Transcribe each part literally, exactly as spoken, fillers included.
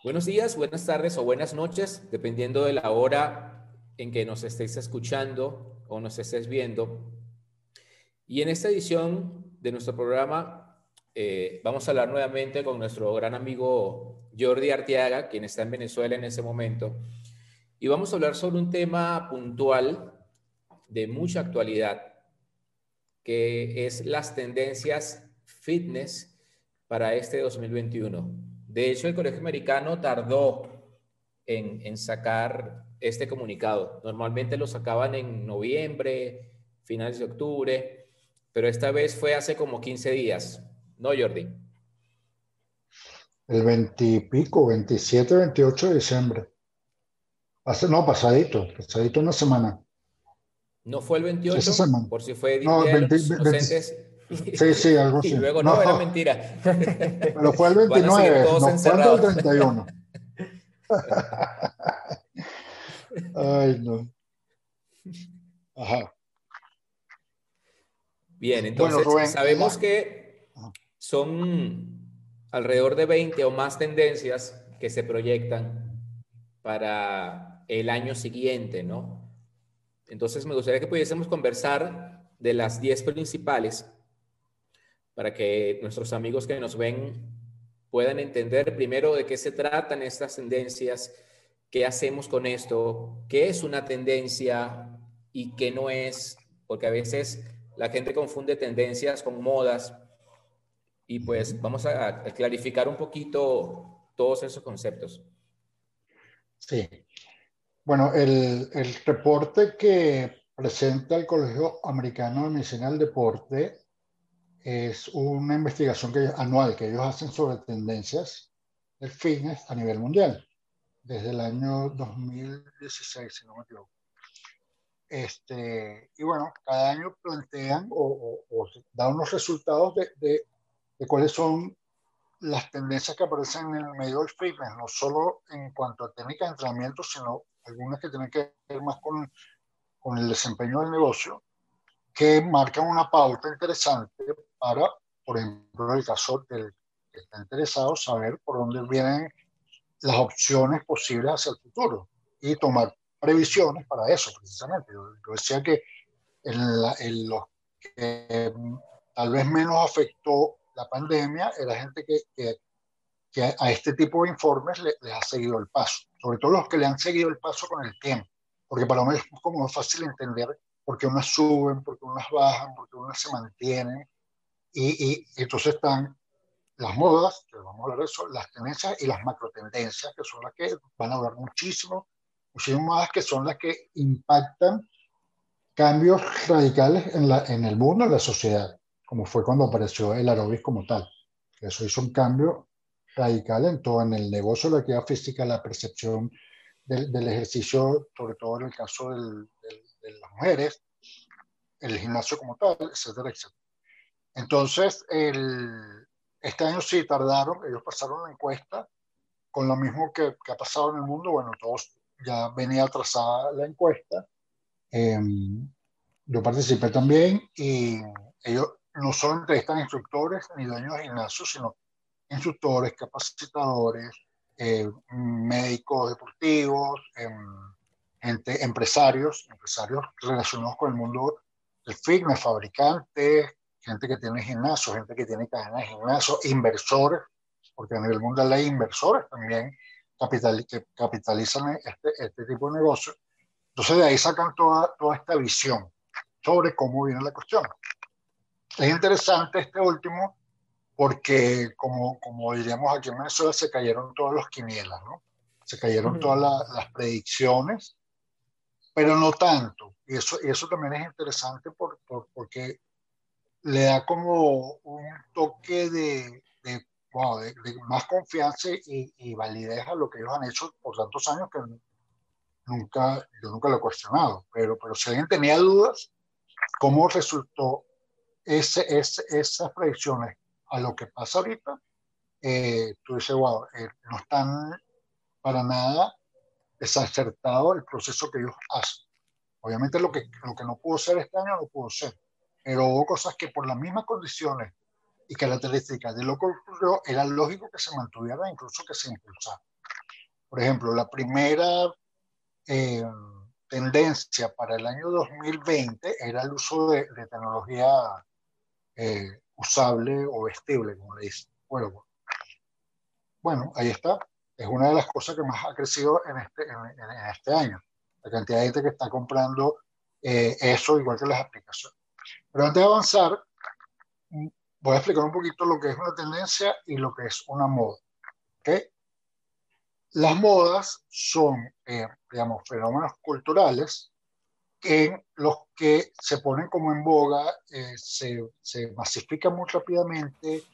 Buenos días, buenas tardes o buenas noches, dependiendo de la hora en que nos estéis escuchando o nos estés viendo. Y en esta edición de nuestro programa eh, vamos a hablar nuevamente con nuestro gran amigo Jordi Arteaga, quien está en Venezuela en ese momento. Y vamos a hablar sobre un tema puntual de mucha actualidad, que es las tendencias fitness para este dos mil veintiuno. De hecho, el Colegio Americano tardó en, en sacar este comunicado. Normalmente lo sacaban en noviembre, finales de octubre, pero esta vez fue hace como quince días, ¿no, Jordi? El veinte y pico, veintisiete, veintiocho de diciembre. Hace, no, pasadito, pasadito una semana. ¿No fue el Esa veintiocho? semana. Por si fue No, Día de veinte, los veinte, Inocentes. sí, sí, algo Y así. luego, no, era No, mentira. pero fue el Van a seguir veintinueve, todos nos cuenta el encerrados. treinta y uno. Ay, no. Ajá. Bien, Bueno, entonces Rubén, en sabemos la... que son alrededor de veinte o más tendencias que se proyectan para el año siguiente, ¿no? Entonces me gustaría que pudiésemos conversar de las diez principales para que nuestros amigos que nos ven puedan entender primero de qué se tratan estas tendencias, qué hacemos con esto, qué es una tendencia y qué no es, porque a veces la gente confunde tendencias con modas y pues vamos a, a clarificar un poquito todos esos conceptos. Sí. Bueno, el, el reporte que presenta el Colegio Americano de Medicina del Deporte es una investigación que, anual que ellos hacen sobre tendencias del fitness a nivel mundial, desde el año dos mil dieciséis, si no me equivoco. Este, y bueno, cada año plantean o, o, o dan unos resultados de, de, de cuáles son las tendencias que aparecen en el medio del fitness, no solo en cuanto a técnicas de entrenamiento, sino algunas que tienen que ver más con, con el desempeño del negocio, que marcan una pauta interesante para, por ejemplo, en el caso del que está interesado, saber por dónde vienen las opciones posibles hacia el futuro y tomar previsiones para eso, precisamente. Yo, yo decía que en, la, en los que tal vez menos afectó la pandemia era gente que, que, que a este tipo de informes le, les ha seguido el paso, sobre todo los que le han seguido el paso con el tiempo, porque para mí es como fácil entender por qué unas suben, por qué unas bajan, por qué unas se mantienen, y, y, y entonces están las modas, que vamos a hablar de eso, las tendencias y las macro tendencias, que son las que van a hablar muchísimo, muchísimo más, que son las que impactan cambios radicales en, la, en el mundo, en la sociedad, como fue cuando apareció el aeróbic como tal. Eso hizo un cambio radical en todo, en el negocio de la actividad física, la percepción del, del ejercicio, sobre todo en el caso del, del, de las mujeres, el gimnasio como tal, etcétera, etcétera. Entonces, el, este año sí tardaron, ellos pasaron la encuesta con lo mismo que, que ha pasado en el mundo. Bueno, todos ya venía atrasada la encuesta. Eh, yo participé también y ellos no solo entrevistan instructores ni dueños de gimnasios, sino instructores, capacitadores, eh, médicos deportivos, eh, gente, empresarios, empresarios relacionados con el mundo del fitness, fabricantes, gente que tiene gimnasios, gente que tiene cadenas de gimnasio, inversores, porque a nivel mundial hay inversores también capital, que capitalizan este, este tipo de negocio. Entonces de ahí sacan toda, toda esta visión sobre cómo viene la cuestión. Es interesante este último porque, como, como diríamos aquí en Venezuela, se cayeron todos los quinielas, ¿no? Se cayeron todas la, las predicciones, pero no tanto. Y eso, y eso también es interesante por, por, porque le da como un toque de, de, wow, de, de más confianza y, y validez a lo que ellos han hecho por tantos años que nunca, yo nunca lo he cuestionado. Pero, pero si alguien tenía dudas, ¿cómo resultó ese, ese, esas predicciones a lo que pasa ahorita? Eh, tú dices, wow, eh, no están para nada desacertado el proceso que ellos hacen. Obviamente lo que, lo que no pudo ser este año no pudo ser, pero hubo cosas que por las mismas condiciones y características de lo que ocurrió, era lógico que se mantuvieran, incluso que se impulsaran. Por ejemplo, la primera eh, tendencia para el año dos mil veinte era el uso de, de tecnología eh, usable o vestible, como le dicen. Bueno, bueno, ahí está. Es una de las cosas que más ha crecido en este, en, en este año. La cantidad de gente que está comprando eh, eso, igual que las aplicaciones. Pero antes de avanzar, voy a explicar un poquito lo que es una tendencia y lo que es una moda. ¿Okay? Las modas son, eh, digamos, fenómenos culturales en los que se ponen como en boga, eh, se, se masifican muy rápidamente,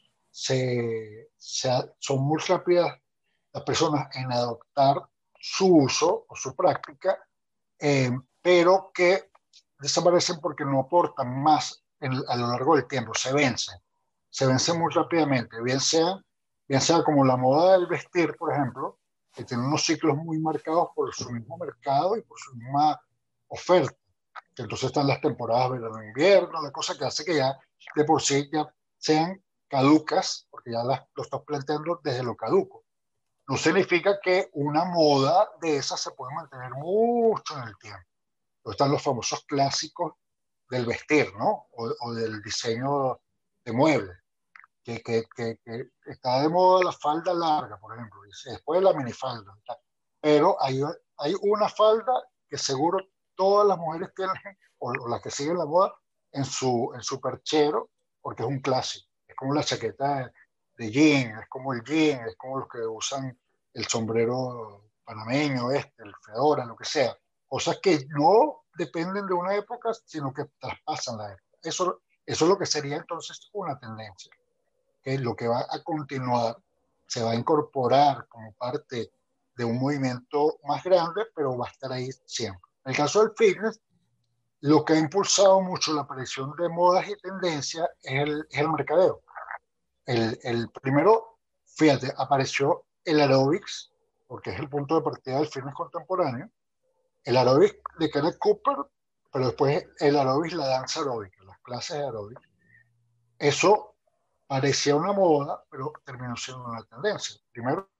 se, se, son muy rápidas las personas en adoptar su uso o su práctica, eh, pero que desaparecen porque no aportan más en, a lo largo del tiempo, se vencen, se vencen muy rápidamente, bien sea, bien sea como la moda del vestir, por ejemplo, que tiene unos ciclos muy marcados por su mismo mercado y por su misma oferta. Entonces están las temporadas verano-invierno, la cosa que hace que ya de por sí ya sean caducas, porque ya las, lo estás planteando desde lo caduco. No significa que una moda de esas se puede mantener mucho en el tiempo. Entonces están los famosos clásicos del vestir, ¿no? O, o del diseño de muebles, que, que, que, que está de moda la falda larga, por ejemplo, y después la minifalda. Pero hay, hay una falda que seguro todas las mujeres tienen, o, o las que siguen la moda, en su, en su perchero, porque es un clásico. Es como la chaqueta de, de jean, es como el jean, es como los que usan el sombrero panameño, este, el fedora, lo que sea. Cosas que no dependen de una época, sino que traspasan la época. Eso, eso es lo que sería entonces una tendencia, que es lo que va a continuar, se va a incorporar como parte de un movimiento más grande, pero va a estar ahí siempre. En el caso del fitness, lo que ha impulsado mucho la aparición de modas y tendencias es el, es el mercadeo. El, el primero, fíjate, apareció el aerobics, porque es el punto de partida del fitness contemporáneo, el aerobics de Kenneth Cooper, pero después el aerobics, la danza aeróbica, las clases de aerobics. Eso parecía una moda, pero terminó siendo una tendencia. Primero,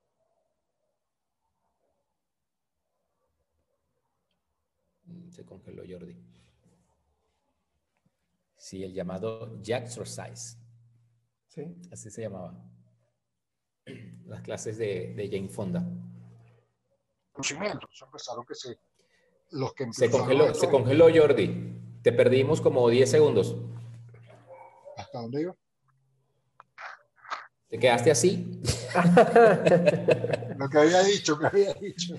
Se congeló Jordi. Sí, el llamado Jazzercise. Sí. Así se llamaba. Las clases de, de Jane Fonda. conocimientos, empezaron que se, los que Se empezaron congeló, esto, se congeló Jordi. Te perdimos como diez segundos. ¿hasta dónde iba? ¿Te quedaste así? Lo que había dicho, que había dicho.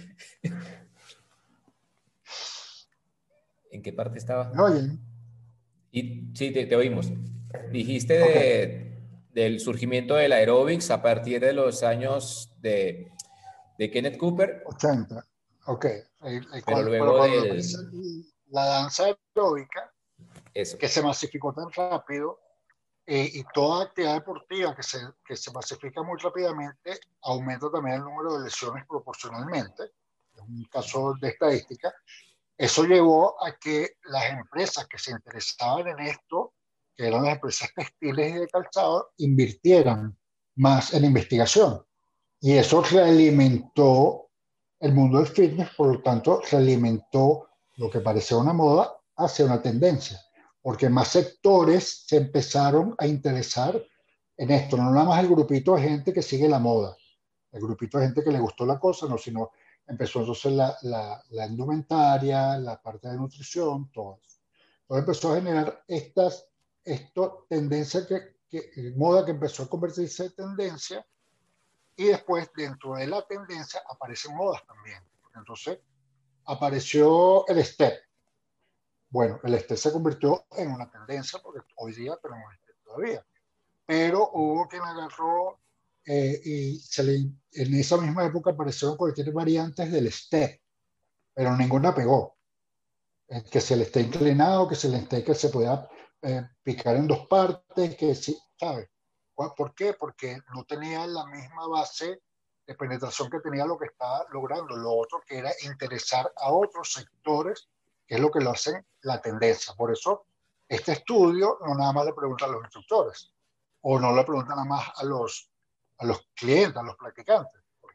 ¿En qué parte estaba? ¿Me oyen? Y, sí, te, te oímos. Dijiste Ok. de, del surgimiento del aeróbics a partir de los años de, de Kenneth Cooper. ochenta. Ok. El, el, Pero cuando, pero luego cuando aparece del... la danza aeróbica, Eso. que se masificó tan rápido, eh, y toda actividad deportiva que se, que se masifica muy rápidamente, aumenta también el número de lesiones proporcionalmente. Es un caso de estadística. Eso llevó a que las empresas que se interesaban en esto, que eran las empresas textiles y de calzado, invirtieran más en investigación. Y eso realimentó el mundo del fitness, por lo tanto, realimentó lo que parecía una moda hacia una tendencia, porque más sectores se empezaron a interesar en esto, no nada más el grupito de gente que sigue la moda, el grupito de gente que le gustó la cosa, no, sino empezó entonces la, la, la indumentaria, la parte de nutrición, todo eso. Entonces empezó a generar estas, esto, tendencia que, que, moda que empezó a convertirse en tendencia, y después dentro de la tendencia aparecen modas también. Entonces apareció el step. Bueno, el step se convirtió en una tendencia porque hoy día tenemos step todavía. Pero hubo quien agarró eh, y se le, en esa misma época aparecieron cualquier variantes del step, pero ninguna pegó. Eh, que se le esté inclinado, que se le esté, que se pueda eh, picar en dos partes, que sí, ¿sabes? ¿Por qué? Porque no tenía la misma base de penetración que tenía lo que estaba logrando. Lo otro que era interesar a otros sectores, que es lo que lo hacen la tendencia. Por eso, este estudio no nada más le pregunta a los instructores, o no le pregunta nada más a los, a los clientes, a los practicantes, porque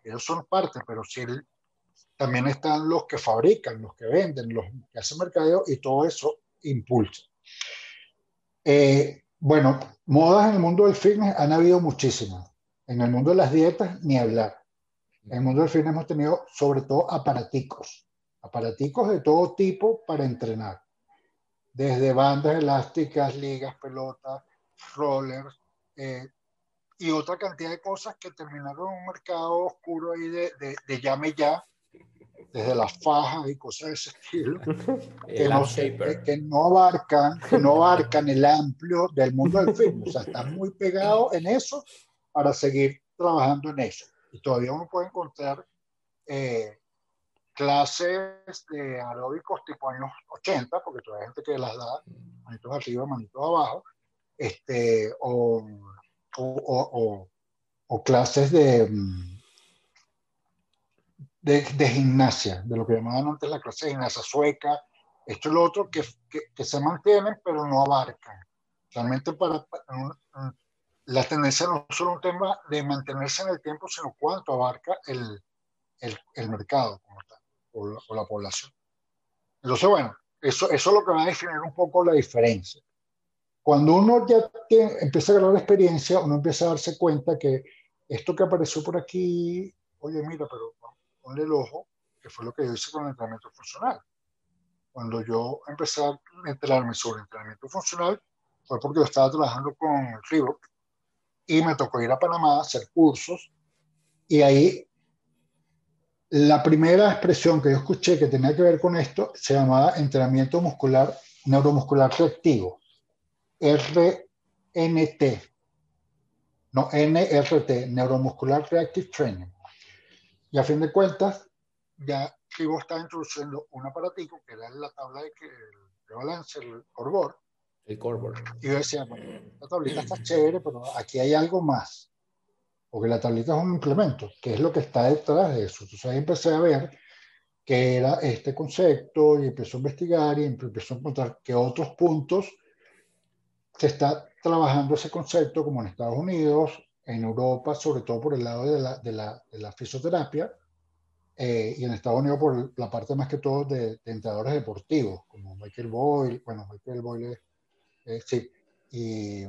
ellos son parte, pero sí el, también están los que fabrican, los que venden, los que hacen mercadeo, y todo eso impulsa. Eh, bueno, modas en el mundo del fitness han habido muchísimas. En el mundo de las dietas, ni hablar. En el mundo del fitness hemos tenido sobre todo aparaticos, aparaticos de todo tipo para entrenar. Desde bandas elásticas, ligas, pelotas, rollers, eh, y otra cantidad de cosas que terminaron en un mercado oscuro ahí de, de, de llame ya, desde las fajas y cosas de ese estilo, que El no, Ab que, Shaper. que no abarcan, que no abarcan el amplio del mundo del fitness. O sea, están muy pegados en eso para seguir trabajando en eso. Y todavía uno puede encontrar eh, clases de aeróbicos tipo años ochenta, porque todavía hay gente que las da, manitos arriba, manitos abajo, este, o, o, o, o, o clases de, de, de gimnasia, de lo que llamaban antes la clase de gimnasia sueca, esto y lo otro, que, que, que se mantienen, pero no abarcan. Realmente para, para la tendencia no es solo un tema de mantenerse en el tiempo, sino cuánto abarca el, el, el mercado como tal, o la, o la población. Entonces, bueno, eso, eso es lo que va a definir un poco la diferencia. Cuando uno ya tiene, empieza a ganar experiencia, uno empieza a darse cuenta que esto que apareció por aquí, oye, mira, pero ponle el ojo, que fue lo que yo hice con el entrenamiento funcional. Cuando yo empecé a enterarme sobre entrenamiento funcional, fue porque yo estaba trabajando con Reebok y me tocó ir a Panamá a hacer cursos, y ahí la primera expresión que yo escuché que tenía que ver con esto se llamaba entrenamiento muscular, neuromuscular reactivo, R N T, no N R T, Neuromuscular Reactive Training. Y a fin de cuentas, ya Reebok estaba introduciendo un aparatico que era la tabla de, que, de balance, el core board. El core board. Y yo decía, bueno, esta tablita está chévere, pero aquí hay algo más. Porque la tablita es un implemento, que es lo que está detrás de eso. Entonces ahí empecé a ver qué era este concepto y empecé a investigar y empecé a encontrar que otros puntos se está trabajando ese concepto, como en Estados Unidos, en Europa, sobre todo por el lado de la, de la, de la fisioterapia, eh, y en Estados Unidos por la parte más que todo de, de entrenadores deportivos, como Michael Boyle, bueno, Michael Boyle, eh, sí, y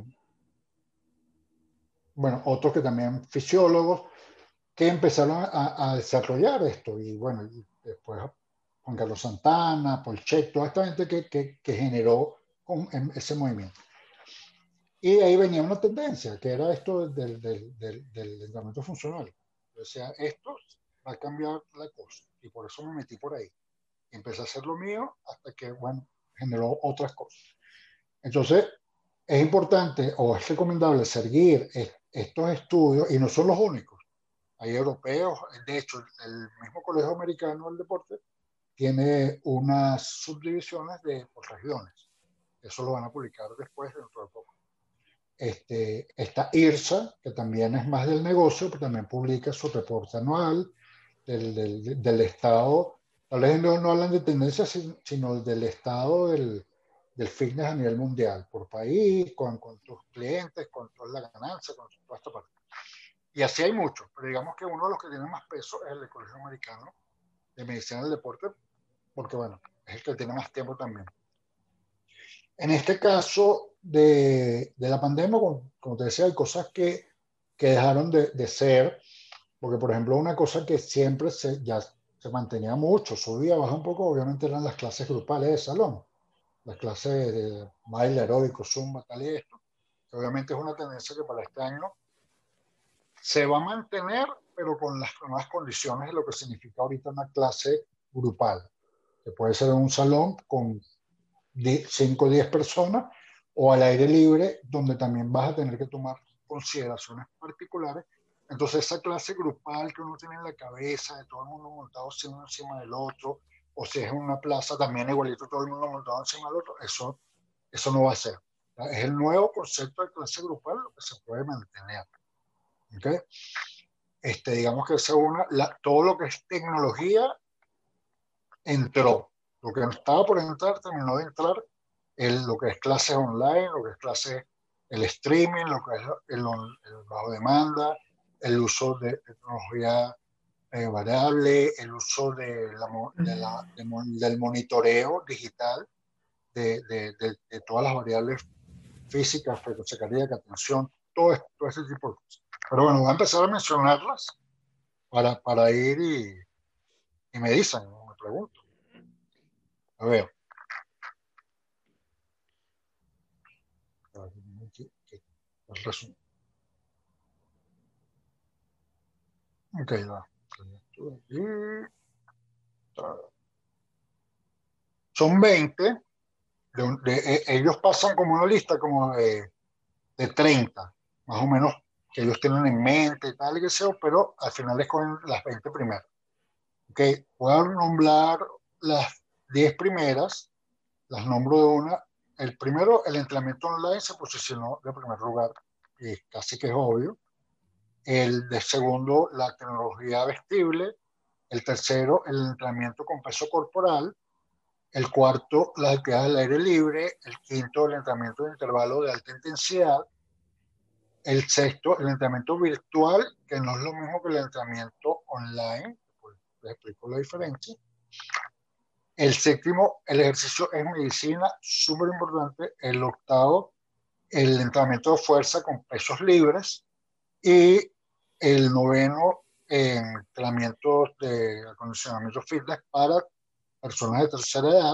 bueno, otros que también fisiólogos, que empezaron a, a desarrollar esto, y bueno, y después Juan Carlos Santana, Polchet, toda esta gente que, que, que generó con, ese movimiento. Y de ahí venía una tendencia, que era esto del, del, del, del entrenamiento funcional. O sea, esto va a cambiar la cosa. Y por eso me metí por ahí. Y empecé a hacer lo mío hasta que, bueno, generó otras cosas. Entonces, es importante o es recomendable seguir estos estudios, y no son los únicos. Hay europeos, de hecho, el mismo Colegio Americano del Deporte tiene unas subdivisiones de por regiones. Eso lo van a publicar después, dentro de poco. Este, está IRSA, que también es más del negocio, pero también publica su reporte anual del, del, del estado. Tal vez no, no hablan de tendencias, sino del estado del, del fitness a nivel mundial, por país, con, con tus clientes, con toda la ganancia, con toda esta parte. Y así hay muchos, pero digamos que uno de los que tiene más peso es el Colegio Americano de Medicina del Deporte, porque bueno, es el que tiene más tiempo también. En este caso de, de la pandemia, como, como te decía, hay cosas que, que dejaron de, de ser, porque por ejemplo una cosa que siempre se, ya se mantenía mucho, subía, baja un poco, obviamente eran las clases grupales de salón, las clases de baile aeróbico, zumba, tal y esto, que obviamente es una tendencia que para este año se va a mantener, pero con las nuevas condiciones de lo que significa ahorita una clase grupal, que puede ser en un salón con cinco o diez personas, o al aire libre, donde también vas a tener que tomar consideraciones particulares. Entonces esa clase grupal que uno tiene en la cabeza, de todo el mundo montado uno encima del otro, o si es en una plaza también igualito todo el mundo montado encima del otro, eso, eso no va a ser. Es el nuevo concepto de clase grupal lo que se puede mantener. ¿Okay? Este, digamos que esa una, la, todo lo que es tecnología entró. Lo que no estaba por entrar terminó de entrar. El, lo que es clases online, lo que es clases, el streaming, lo que es el, el, el bajo demanda, el uso de, de tecnología eh, variable, el uso de la, de la, de, del monitoreo digital de, de, de, de todas las variables físicas, frecuencia cardíaca, atención, todo, esto, todo ese tipo de cosas. Pero bueno, voy a empezar a mencionarlas para, para ir y, y me dicen, ¿no? Me pregunto. A ver. El resumen. Ok, va. Son veinte. De, de, ellos pasan como una lista como de, de treinta, más o menos, que ellos tienen en mente y tal, y que sea, pero al final escogen las veinte primeras. Ok, voy a nombrar las diez primeras, las nombro de una. El primero, el entrenamiento online, se posicionó de primer lugar, y casi que es obvio. El de segundo, la tecnología vestible. El tercero, el entrenamiento con peso corporal. El cuarto, las actividades al aire libre. El quinto, el entrenamiento de intervalo de alta intensidad. El sexto, el entrenamiento virtual, que no es lo mismo que el entrenamiento online. Pues les explico la diferencia. El séptimo, el ejercicio en medicina, súper importante. El octavo, el entrenamiento de fuerza con pesos libres. Y el noveno, en entrenamientos de acondicionamiento fitness para personas de tercera edad.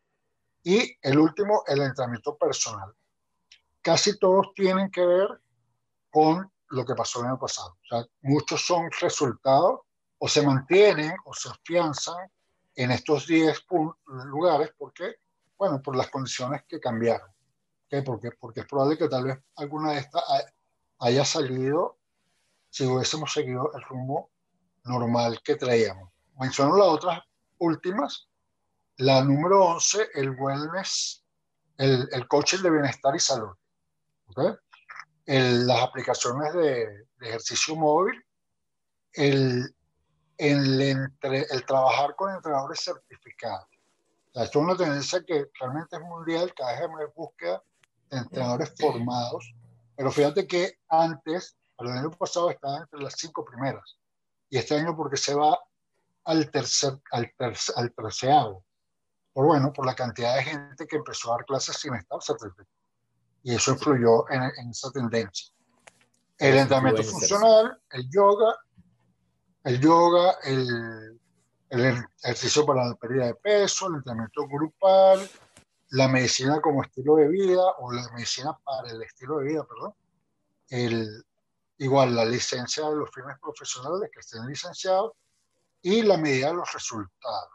Y el último, el entrenamiento personal. Casi todos tienen que ver con lo que pasó el año pasado. O sea, muchos son resultados o se mantienen o se afianzan en estos diez lugares porque, bueno, por las condiciones que cambiaron. ¿Okay? Porque, porque es probable que tal vez alguna de estas haya salido si hubiésemos seguido el rumbo normal que traíamos. Menciono las otras últimas. La número once, el wellness, el, el coaching de bienestar y salud. ¿Okay? El, las aplicaciones de, de ejercicio móvil, el, el, entre, el trabajar con entrenadores certificados. O sea, esto es una tendencia que realmente es mundial, cada vez hay más búsqueda de entrenadores formados, pero fíjate que antes, el año pasado estaba entre las cinco primeras, y este año porque se va al tercer, al, tercer, al treceavo, por bueno, por la cantidad de gente que empezó a dar clases sin estar certificado, y eso influyó en, en esa tendencia. El Los entrenamiento influencers. funcional, el yoga, el yoga, el, el ejercicio para la pérdida de peso, el entrenamiento grupal, la medicina como estilo de vida o la medicina para el estilo de vida, perdón. El, igual la licencia de los fines profesionales que estén licenciados y la medida de los resultados.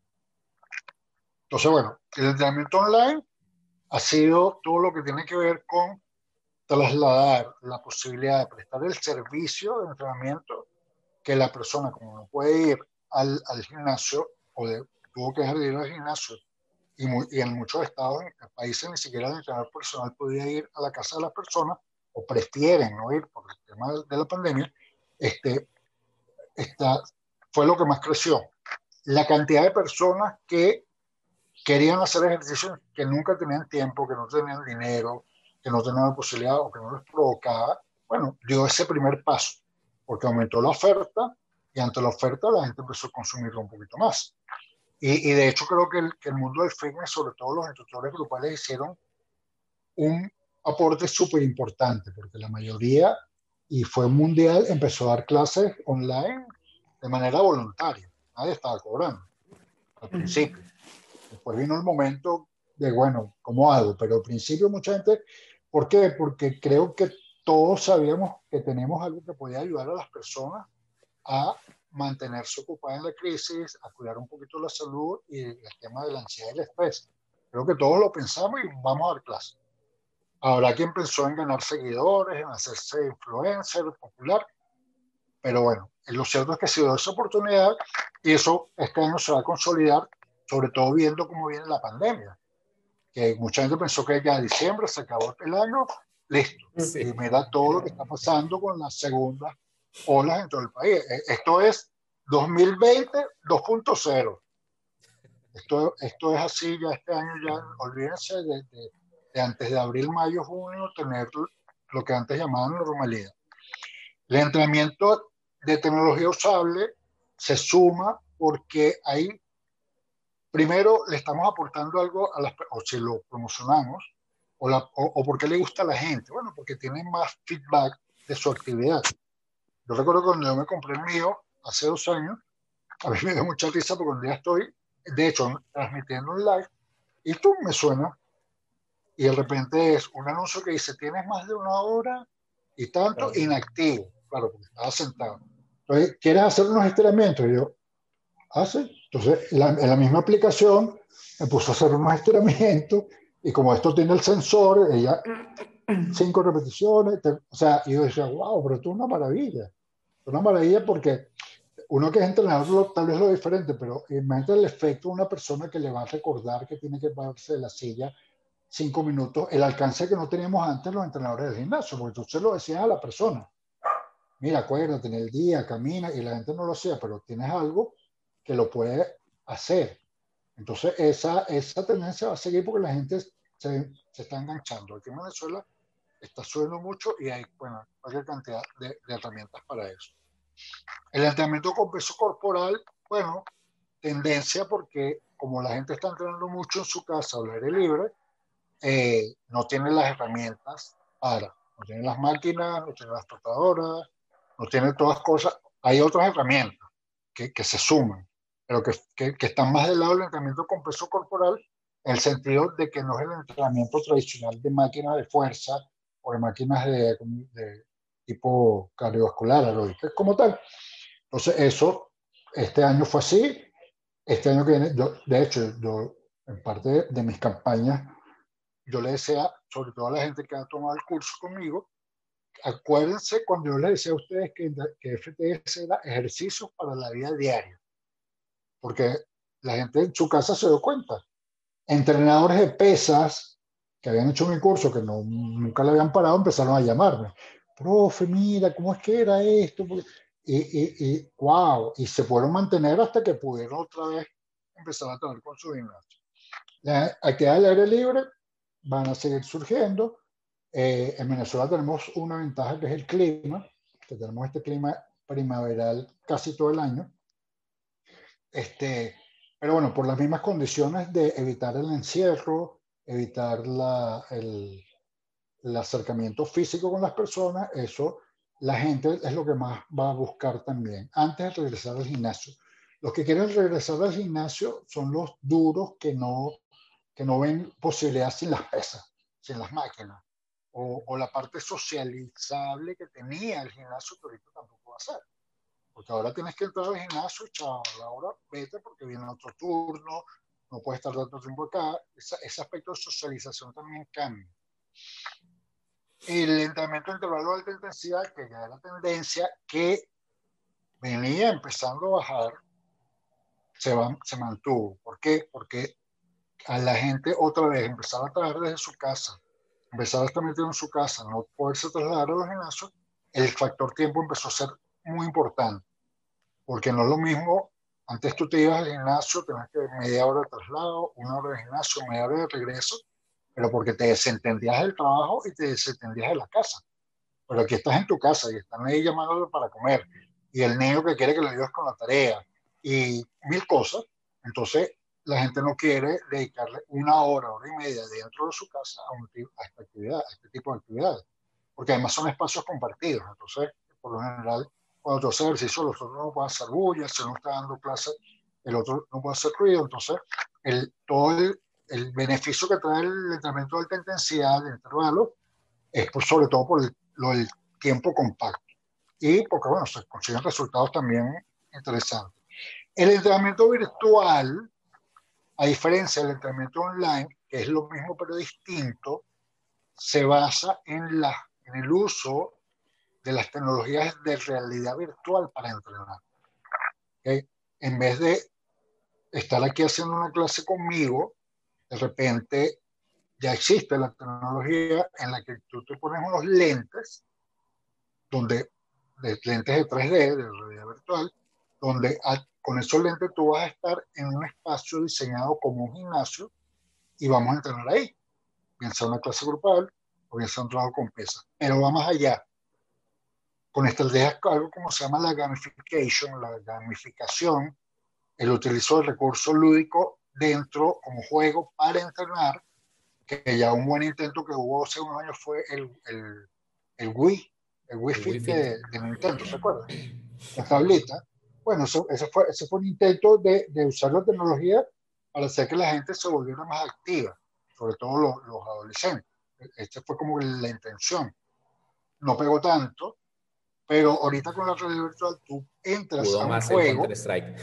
Entonces, bueno, el entrenamiento online ha sido todo lo que tiene que ver con trasladar la posibilidad de prestar el servicio de entrenamiento que la persona, como no puede ir al, al gimnasio o de, tuvo que dejar de ir al gimnasio y, muy, y en muchos estados, en países, ni siquiera el entrenador personal podía ir a la casa de las personas o prefieren no ir por el tema de, de la pandemia, este, esta, fue lo que más creció. La cantidad de personas que querían hacer ejercicios que nunca tenían tiempo, que no tenían dinero, que no tenían la posibilidad o que no les provocaba, bueno, dio ese primer paso, porque aumentó la oferta y ante la oferta la gente empezó a consumirlo un poquito más. Y, y de hecho creo que el, que el mundo del fitness, sobre todo los instructores grupales, hicieron un aporte súper importante, porque la mayoría, y fue mundial, empezó a dar clases online de manera voluntaria. Nadie estaba cobrando al principio. Después vino el momento de, bueno, ¿cómo hago? Pero al principio mucha gente, ¿por qué? Porque creo que todos sabíamos que tenemos algo que podía ayudar a las personas a mantenerse ocupadas en la crisis, a cuidar un poquito la salud y el tema de la ansiedad y el estrés. Creo que todos lo pensamos y vamos a dar clase. Habrá quien pensó en ganar seguidores, en hacerse influencer, popular, pero bueno, lo cierto es que ha sido esa oportunidad y eso este año se va a consolidar, sobre todo viendo cómo viene la pandemia, que mucha gente pensó que ya en diciembre se acabó el año, listo. Sí. Y mira todo lo que está pasando con las segundas olas en todo el país. Esto es dos mil veinte dos punto cero. Esto, esto es así, ya este año ya, olvídense de, de, de antes de abril, mayo, junio, tener lo que antes llamaban normalidad. El entrenamiento de tecnología usable se suma porque ahí primero le estamos aportando algo a las, o si lo promocionamos, o, la, o, o porque le gusta a la gente. Bueno, porque tiene más feedback de su actividad. Yo recuerdo cuando yo me compré el mío hace dos años, a mí me dio mucha risa porque un día estoy, de hecho, transmitiendo un live y tú me suena y de repente es un anuncio que dice tienes más de una hora y tanto Claro. inactivo, claro, porque estaba sentado. Entonces, ¿quieres hacer unos estiramientos? Y yo, ah, sí. Entonces, la, en la misma aplicación me puso a hacer unos estiramientos y como esto tiene el sensor, ella, cinco repeticiones, te, o sea, y yo decía, wow, pero esto es una maravilla. Es una maravilla porque uno que es entrenador lo, tal vez lo diferente, pero imagínate el efecto de una persona que le va a recordar que tiene que pararse de la silla cinco minutos, el alcance que no teníamos antes los entrenadores del gimnasio, porque tú se lo decías a la persona, mira, acuérdate en el día, camina, y la gente no lo hacía, pero tienes algo que lo puede hacer. Entonces, esa, esa tendencia va a seguir porque la gente se, se está enganchando. Aquí en Venezuela está subiendo mucho y hay, bueno, cualquier cantidad de, de herramientas para eso. El entrenamiento con peso corporal, bueno, tendencia porque como la gente está entrenando mucho en su casa al aire libre, eh, no tiene las herramientas para, no tiene las máquinas, no tiene las trotadoras, no tiene todas cosas. Hay otras herramientas que, que se suman, pero que, que, que están más del lado del entrenamiento con peso corporal, en el sentido de que no es el entrenamiento tradicional de máquinas de fuerza o de máquinas de, de tipo cardiovascular, aeróbica, como tal. Entonces, eso, este año fue así. Este año que viene, yo, de hecho, yo, en parte de, de mis campañas, yo le decía, sobre todo a la gente que ha tomado el curso conmigo, acuérdense cuando yo les decía a ustedes que, que F T S era ejercicios para la vida diaria, porque la gente en su casa se dio cuenta. Entrenadores de pesas que habían hecho mi curso, que no, nunca le habían parado, empezaron a llamarme. Profe, mira, ¿cómo es que era esto? Y, y, y wow, y se pudieron mantener hasta que pudieron otra vez empezar a trabajar con su gimnasio. Las actividades al aire libre van a seguir surgiendo. Eh, en Venezuela tenemos una ventaja que es el clima, que tenemos este clima primaveral casi todo el año. Este, pero bueno, por las mismas condiciones de evitar el encierro, evitar la, el, el acercamiento físico con las personas, eso la gente es lo que más va a buscar también, antes de regresar al gimnasio. Los que quieren regresar al gimnasio son los duros que no, que no ven posibilidad sin las pesas, sin las máquinas, o, o la parte socializable que tenía el gimnasio, que ahorita tampoco va a ser. Porque ahora tienes que entrar al gimnasio, chaval, ahora vete porque viene otro turno, no puedes estar tanto tiempo acá. Esa, ese aspecto de socialización también cambia. El entrenamiento de intervalo de alta intensidad, que ya era tendencia, que venía empezando a bajar, se, va, se mantuvo. ¿Por qué? Porque a la gente otra vez empezaba a trabajar desde su casa, empezaba a estar metido en su casa, no poderse trasladar a los gimnasios, el factor tiempo empezó a ser muy importante. Porque no es lo mismo, antes tú te ibas al gimnasio, tenías que media hora de traslado, una hora de gimnasio, media hora de regreso, pero porque te desentendías del trabajo y te desentendías de la casa. Pero aquí estás en tu casa y están ahí llamándole para comer, y el niño que quiere que le ayudes con la tarea, y mil cosas. Entonces, la gente no quiere dedicarle una hora, hora y media dentro de su casa a, un, a, esta actividad, a este tipo de actividades, porque además son espacios compartidos. Entonces, por lo general, cuando tú haces ejercicio, los otros no pueden hacer bulla, si uno está dando clase, el otro no puede hacer ruido. Entonces, el, todo el, el beneficio que trae el entrenamiento de alta intensidad, de intervalo, es por, sobre todo por el, lo del tiempo compacto. Y porque, bueno, se consiguen resultados también interesantes. El entrenamiento virtual, a diferencia del entrenamiento online, que es lo mismo pero distinto, se basa en, la, en el uso de las tecnologías de realidad virtual para entrenar. ¿Okay? En vez de estar aquí haciendo una clase conmigo, de repente ya existe la tecnología en la que tú te pones unos lentes, donde, de lentes de tres D, de realidad virtual, donde a, con esos lentes tú vas a estar en un espacio diseñado como un gimnasio y vamos a entrenar ahí, bien sea una clase grupal o bien sea un trabajo con pesas. Pero va más allá. con estrategias, algo como se llama la gamification, la gamificación, el utilizo del recurso lúdico dentro como juego para entrenar, que ya un buen intento que hubo hace unos años fue el, el, el Wii, el Wii El Fit Wii Fit. de, de Nintendo, ¿se acuerdan? La tableta. Bueno, eso, ese, fue, ese fue un intento de, de usar la tecnología para hacer que la gente se volviera más activa, sobre todo los, los adolescentes. Esta fue como la intención. No pegó tanto, pero ahorita con la realidad virtual tú entras Pudo a un más el juego, Counter-Strike.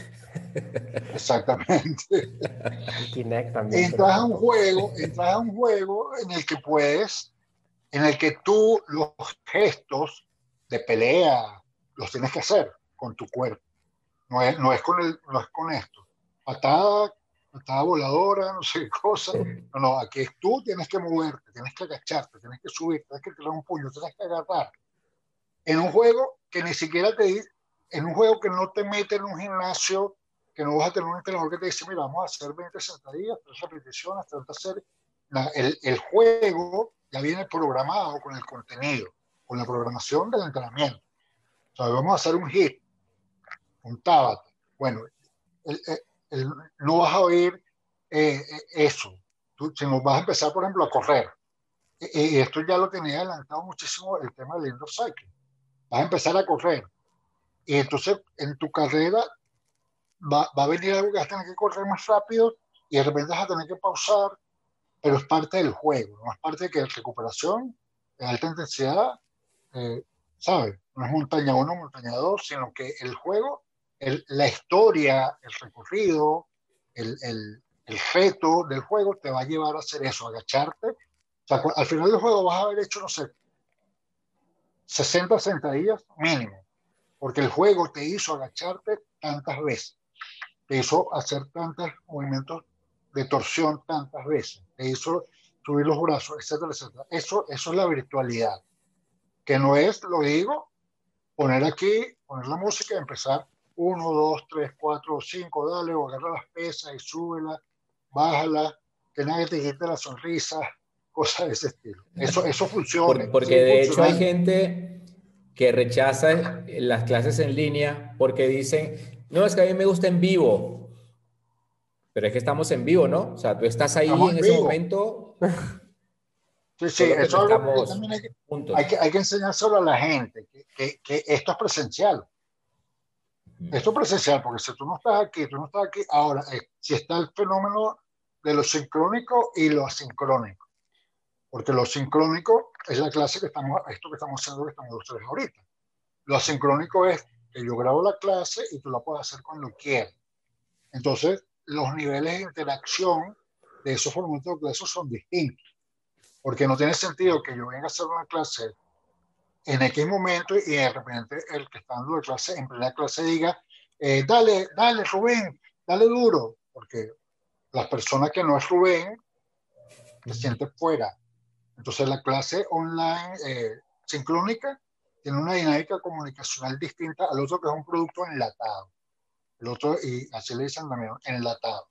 exactamente, El Kinect también se lo entras a un cortó. juego, entras a un juego en el que puedes, en el que tú los gestos de pelea los tienes que hacer con tu cuerpo. No es, no es, con, el, no es con esto. Patada, patada voladora, no sé qué cosa. No, no, aquí es tú tienes que moverte, tienes que agacharte, tienes que subir, tienes que tirar un puño, tienes que agarrar. En un juego que ni siquiera te dice, en un juego que no te mete en un gimnasio, que no vas a tener un entrenador que te dice, mira, vamos a hacer veinte sentadillas, tres repeticiones, treinta series. El, el juego ya viene programado con el contenido, con la programación del entrenamiento. O sea, vamos a hacer un hit, un Tabata. Bueno, el, el, el, no vas a oír eh, eso, tú, sino vas a empezar, por ejemplo, a correr. Y esto ya lo tenía adelantado muchísimo el tema del indoor cycling. Vas a empezar a correr. Y entonces en tu carrera va, va a venir algo que vas a tener que correr más rápido y de repente vas a tener que pausar, pero es parte del juego, no es parte de que es recuperación de alta intensidad, eh, ¿sabes? No es montaña uno, montaña dos, sino que el juego, el, la historia, el recorrido, el, el, el reto del juego te va a llevar a hacer eso, a agacharte. O sea, al final del juego vas a haber hecho, no sé, sesenta sentadillas mínimo, porque el juego te hizo agacharte tantas veces, te hizo hacer tantos movimientos de torsión tantas veces, te hizo subir los brazos, etcétera, etcétera. Eso, eso es la virtualidad, que no es, lo digo, poner aquí, poner la música y empezar uno, dos, tres, cuatro, cinco, dale, o agarra las pesas y súbela, bájala, que nadie te quite la sonrisa, cosas de ese estilo. Eso, eso funciona, Por, porque sigue de hecho hay funcionando. gente que rechaza las clases en línea porque dicen, no, es que a mí me gusta en vivo, pero es que estamos en vivo, ¿no? O sea, tú estás ahí Estamos en en ese vivo. momento, Sí, sí, solo que eso no es algo que estamos también hay que, hay juntos. que, hay que enseñárselo a la gente, que, que, que esto es presencial. Esto es presencial, porque si tú no estás aquí, tú no estás aquí, ahora, eh, si está el fenómeno de lo sincrónico y lo asincrónico, porque lo sincrónico es la clase que estamos, esto que estamos haciendo, que estamos ustedes ahorita. Lo asincrónico es que yo grabo la clase y tú la puedes hacer cuando quieras. Entonces, los niveles de interacción de esos formatos de clases son distintos, porque no tiene sentido que yo venga a hacer una clase en X momento y de repente el que está dando la clase, en plena clase diga, eh, dale, dale Rubén, dale duro, porque las personas que no es Rubén se sienten fuera. Entonces la clase online eh, sincrónica tiene una dinámica comunicacional distinta al otro que es un producto enlatado. El otro, y así le dicen también, enlatado.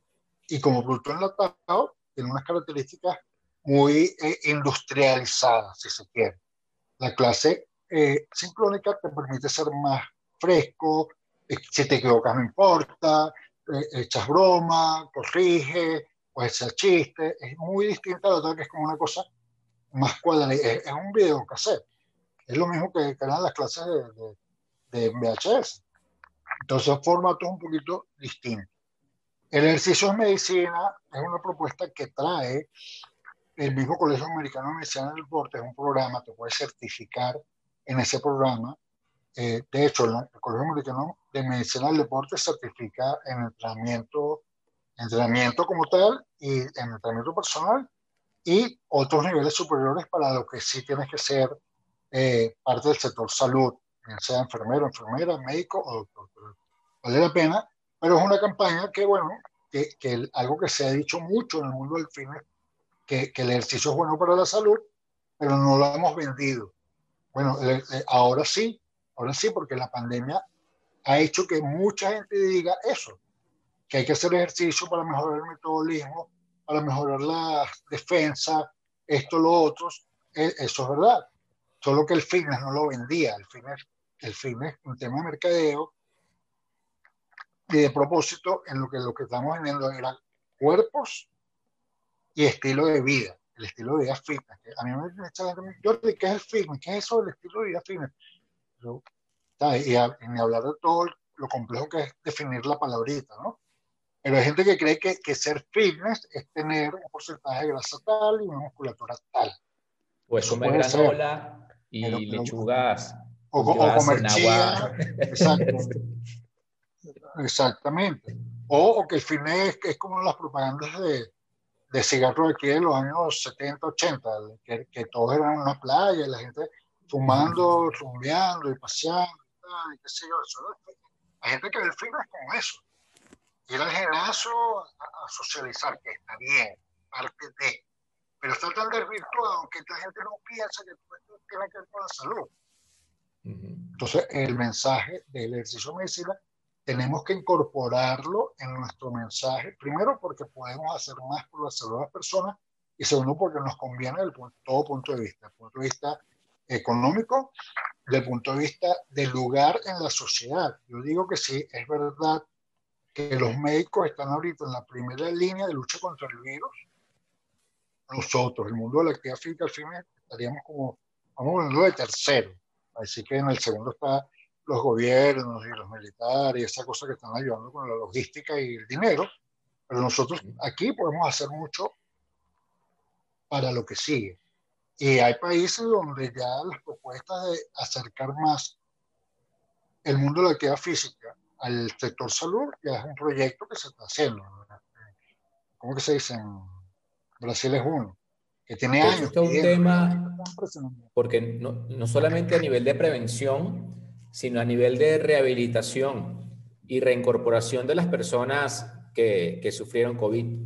Y como producto enlatado, tiene unas características muy eh, industrializadas, si se quiere. La clase eh, sincrónica te permite ser más fresco, eh, si te equivocas no importa, eh, echas broma, corrige, puedes echar chistes, es muy distinta a la otra que es como una cosa más cuadrada, es, es un video cassette, es lo mismo que, que eran las clases de, de, de V H S, entonces el formato es un poquito distinto. El ejercicio en medicina es una propuesta que trae el mismo Colegio Americano de Medicina del Deporte, es un programa, te puedes certificar en ese programa. Eh, de hecho, el, el Colegio Americano de Medicina del Deporte certifica en entrenamiento, entrenamiento como tal y en entrenamiento personal y otros niveles superiores para lo que sí tienes que ser eh, parte del sector salud, sea enfermero, enfermera, médico o doctor. Pero vale la pena, pero es una campaña que, bueno, que, que el, algo que se ha dicho mucho en el mundo del fitness, que, que el ejercicio es bueno para la salud, pero no lo hemos vendido. Bueno, eh, eh, ahora sí, ahora sí, porque la pandemia ha hecho que mucha gente diga eso, que hay que hacer ejercicio para mejorar el metabolismo, para mejorar la defensa, esto, lo otro, eh, eso es verdad. solo que el fitness no lo vendía. El fitness, el fitness, un tema de mercadeo y de propósito, en lo que lo que estamos vendiendo eran cuerpos y estilo de vida. El estilo de vida fitness. A mí me echa la gente, Jordi, ¿qué es el fitness? ¿Qué es eso del estilo de vida fitness? Yo, y, a, y ni hablar de todo lo complejo que es definir la palabrita, ¿no? Pero hay gente que cree que, que ser fitness es tener un porcentaje de grasa tal y una musculatura tal. O es Eso comer puede ser. granola y Pero, pero, lechugas o, o cultivadas comer en agua. chía. Exacto. Exactamente. O, o que el fitness es, es como las propagandas de, de cigarros aquí de los años setenta, ochenta, que, que todos eran en una playa y la gente fumando, rumbeando y paseando y tal, y qué sé yo. Eso era, hay gente que ve el fitness como eso. Ir al gimnasio a, a socializar, que está bien, parte de. Pero está tan desvirtuado que la gente no piensa que esto tiene que ver con la salud. Entonces, el mensaje del ejercicio medicina tenemos que incorporarlo en nuestro mensaje, primero porque podemos hacer más por la salud de las personas y segundo porque nos conviene desde todo punto de vista, desde el punto de vista económico, desde el punto de vista del lugar en la sociedad. Yo digo que sí, es verdad que los médicos están ahorita en la primera línea de lucha contra el virus. Nosotros, el mundo de la actividad física, al fin estaríamos como, vamos hablando de tercero. Así que en el segundo está los gobiernos y los militares y esa cosa que están ayudando con la logística y el dinero. Pero nosotros aquí podemos hacer mucho para lo que sigue. Y hay países donde ya las propuestas de acercar más el mundo de la actividad física al sector salud ya es un proyecto que se está haciendo. ¿Cómo que se dice? En Brasil es uno, que tiene De hecho, años esto es un pidiendo. tema, porque no, no solamente a nivel de prevención, sino a nivel de rehabilitación y reincorporación de las personas que, que sufrieron COVID.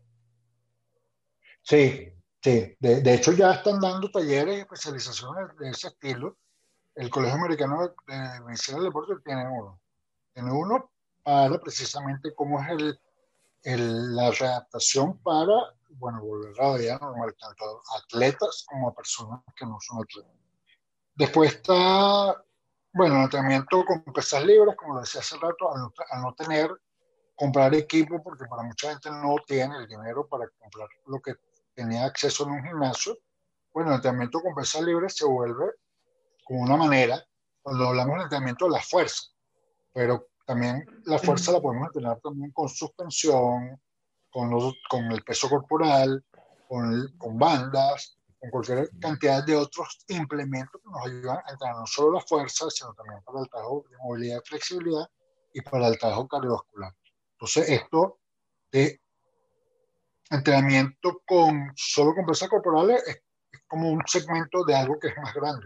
Sí, sí. De, de hecho, ya están dando talleres y especializaciones de ese estilo. El Colegio Americano de, de Medicina del Deporte tiene uno. Tiene uno para precisamente cómo es el, el, la readaptación para, bueno, volver a la vida normal, tanto a atletas como a personas que no son atletas. Después está, bueno, el entrenamiento con pesas libres, como lo decía hace rato, al no, al no tener, comprar equipo, porque para mucha gente no tiene el dinero para comprar lo que tenía acceso en un gimnasio. Bueno, el entrenamiento con pesas libres se vuelve como una manera, cuando hablamos del entrenamiento de la fuerza, pero también la fuerza la podemos entrenar también con suspensión, con, los, con el peso corporal, con, el, con bandas, con cualquier cantidad de otros implementos que nos ayudan a entrenar no solo la fuerza, sino también para el trabajo de movilidad y flexibilidad y para el trabajo cardiovascular. Entonces, esto de entrenamiento con solo con pesas corporales es, es como un segmento de algo que es más grande.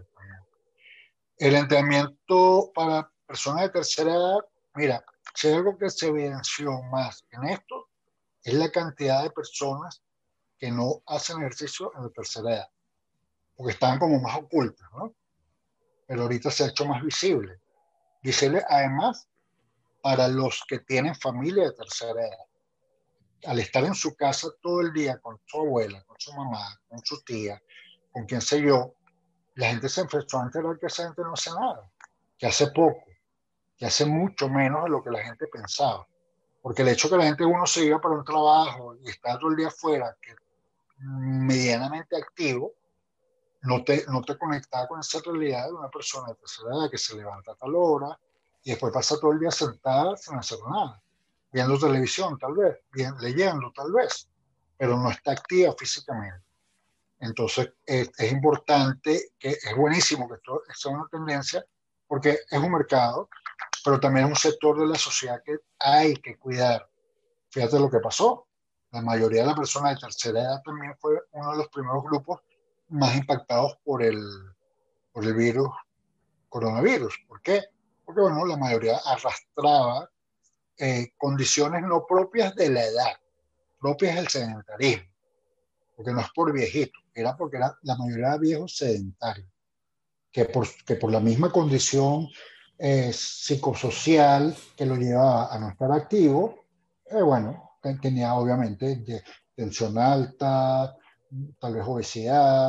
El entrenamiento para personas de tercera edad, mira, si hay algo que se evidenció más en esto, es la cantidad de personas que no hacen ejercicio en la tercera edad, porque estaban como más ocultas, ¿no? Pero ahorita se ha hecho más visible. Visible además para los que tienen familia de tercera edad. Al estar en su casa todo el día con su abuela, con su mamá, con su tía, con quien sé yo, la gente se empezó a enterar que esa gente no hace nada, que hace poco, que hace mucho menos de lo que la gente pensaba. Porque el hecho que la gente uno se iba para un trabajo y está todo el día afuera, que medianamente activo, no te, no te conectaba con esa realidad de una persona de tercera edad que se levanta a tal hora y después pasa todo el día sentada sin hacer nada, viendo televisión tal vez, bien, leyendo tal vez, pero no está activa físicamente. Entonces es, es importante, que es buenísimo que esto sea una tendencia, porque es un mercado, pero también es un sector de la sociedad que hay que cuidar. Fíjate lo que pasó. La mayoría de las personas de tercera edad también fue uno de los primeros grupos más impactados por el, por el virus coronavirus. ¿Por qué? Porque, bueno, la mayoría arrastraba eh, condiciones no propias de la edad, propias del sedentarismo, porque no es por viejito, era porque era, la mayoría de viejos sedentarios, que por, que por la misma condición eh, psicosocial que lo llevaba a no estar activo, eh, bueno, tenía obviamente de, tensión alta, tal vez obesidad,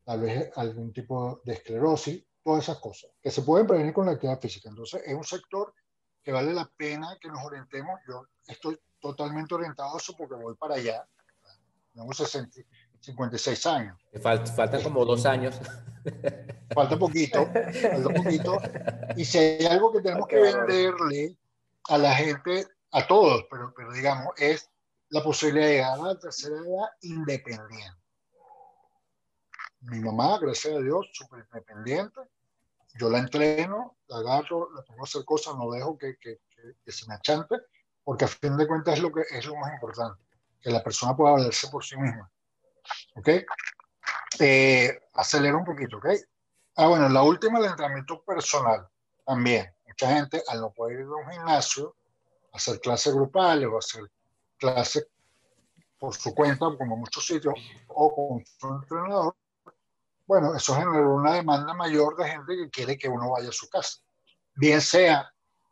tal vez algún tipo de esclerosis, todas esas cosas, que se pueden prevenir con la actividad física. Entonces, es un sector que vale la pena que nos orientemos. Yo estoy totalmente orientado a eso porque voy para allá. Tengo sesenta, cincuenta y seis años. Falt, faltan como Este, dos años. Falta poquito, falta poquito. Y si hay algo que tenemos Ok, que bueno. venderle a la gente, a todos, pero, pero digamos, es la posibilidad de llegar a la tercera edad independiente. Mi mamá, gracias a Dios, súper independiente. Yo la entreno, la agarro, la pongo a hacer cosas, no dejo que, que, que, que se me achante, porque a fin de cuentas es lo, que, es lo más importante, que la persona pueda valerse por sí misma. ¿Ok? Eh, acelera un poquito, ¿ok? Ah, bueno, la última, el entrenamiento personal. También, mucha gente al no poder ir a un gimnasio, hacer clases grupales o hacer clases por su cuenta, como en muchos sitios, o con su entrenador, bueno, eso generó una demanda mayor de gente que quiere que uno vaya a su casa. Bien sea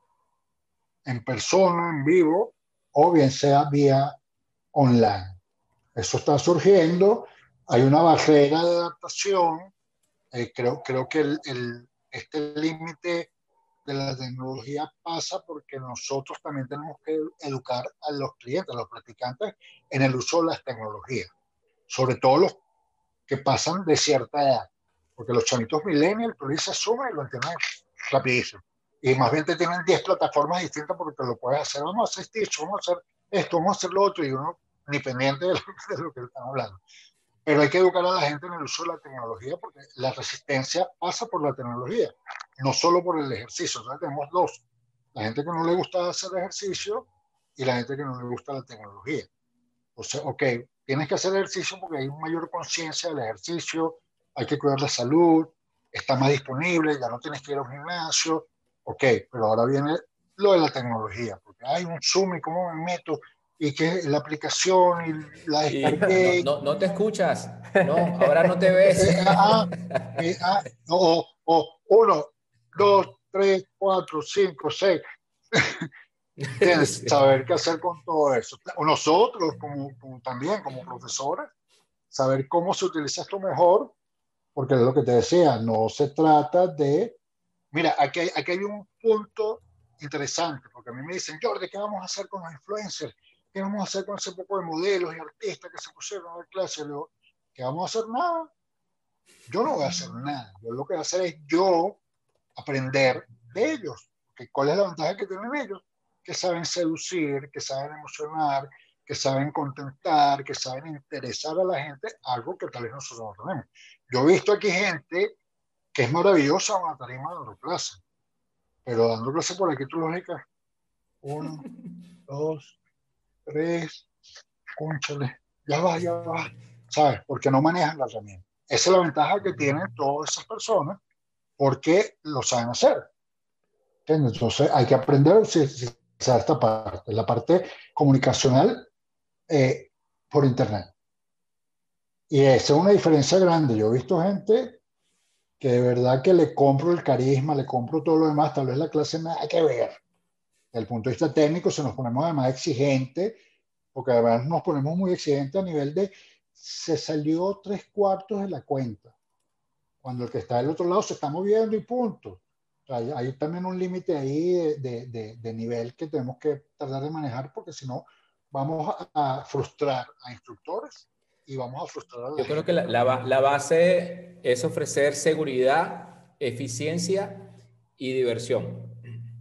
en persona, en vivo, o bien sea vía online. Eso está surgiendo, hay una barrera de adaptación. Eh, creo, creo que el, el, este límite de la tecnología pasa porque nosotros también tenemos que educar a los clientes, a los practicantes, en el uso de las tecnologías, sobre todo los que pasan de cierta edad, porque los chamitos millennials, tú dices suma y lo entienden rapidísimo. Y más bien te tienen diez plataformas distintas porque te lo puedes hacer. Vamos a hacer Stitch, vamos a hacer esto, vamos a hacer lo otro, y uno ni pendiente de lo, de lo que están hablando. Pero hay que educar a la gente en el uso de la tecnología porque la resistencia pasa por la tecnología, no solo por el ejercicio. Entonces tenemos dos, la gente que no le gusta hacer ejercicio y la gente que no le gusta la tecnología. O sea, ok, tienes que hacer ejercicio porque hay mayor conciencia del ejercicio, hay que cuidar la salud, está más disponible, ya no tienes que ir a un gimnasio, ok, pero ahora viene lo de la tecnología, porque hay un Zoom y cómo me meto, y que la aplicación y la Y no, descargué. no, no te escuchas. No, ahora no te ves. Eh, ah, eh, ah, o, o uno, dos, tres, cuatro, cinco, seis. Tienes que saber qué hacer con todo eso. Nosotros, como, como también como profesores, saber cómo se utiliza esto mejor, porque es lo que te decía, no se trata de... Mira, aquí hay, aquí hay un punto interesante, porque a mí me dicen, Jordi, ¿qué vamos a hacer con los influencers? ¿Qué vamos a hacer con ese poco de modelos y artistas que se pusieron a dar clase? ¿Qué vamos a hacer? Nada. Yo no voy a hacer nada. Yo lo que voy a hacer es yo aprender de ellos. Porque ¿cuál es la ventaja que tienen ellos? Que saben seducir, que saben emocionar, que saben contentar, que saben interesar a la gente, algo que tal vez nosotros no tenemos. Yo he visto aquí gente que es maravillosa en una tarima dando clase, pero dando clase por aquí, tú lógica, uno, dos, tres, cónchale, ya va, ya va, ¿sabes? Porque no manejan la herramienta. Esa es la ventaja que tienen todas esas personas porque lo saben hacer. ¿Entiendes? Entonces hay que aprender a utilizar esta parte, la parte comunicacional eh, por internet. Y esa es una diferencia grande. Yo he visto gente que de verdad que le compro el carisma, le compro todo lo demás, tal vez la clase nada que ver. Desde el punto de vista técnico, se nos ponemos además exigentes, porque además nos ponemos muy exigentes a nivel de se salió tres cuartos de la cuenta, cuando el que está del otro lado se está moviendo y punto. O sea, hay, hay también un límite ahí de, de, de, de nivel que tenemos que tratar de manejar, porque si no vamos a, a frustrar a instructores y vamos a frustrar a la Yo creo que gente la, que la, nos ba- está la viendo. base es ofrecer seguridad, eficiencia y diversión.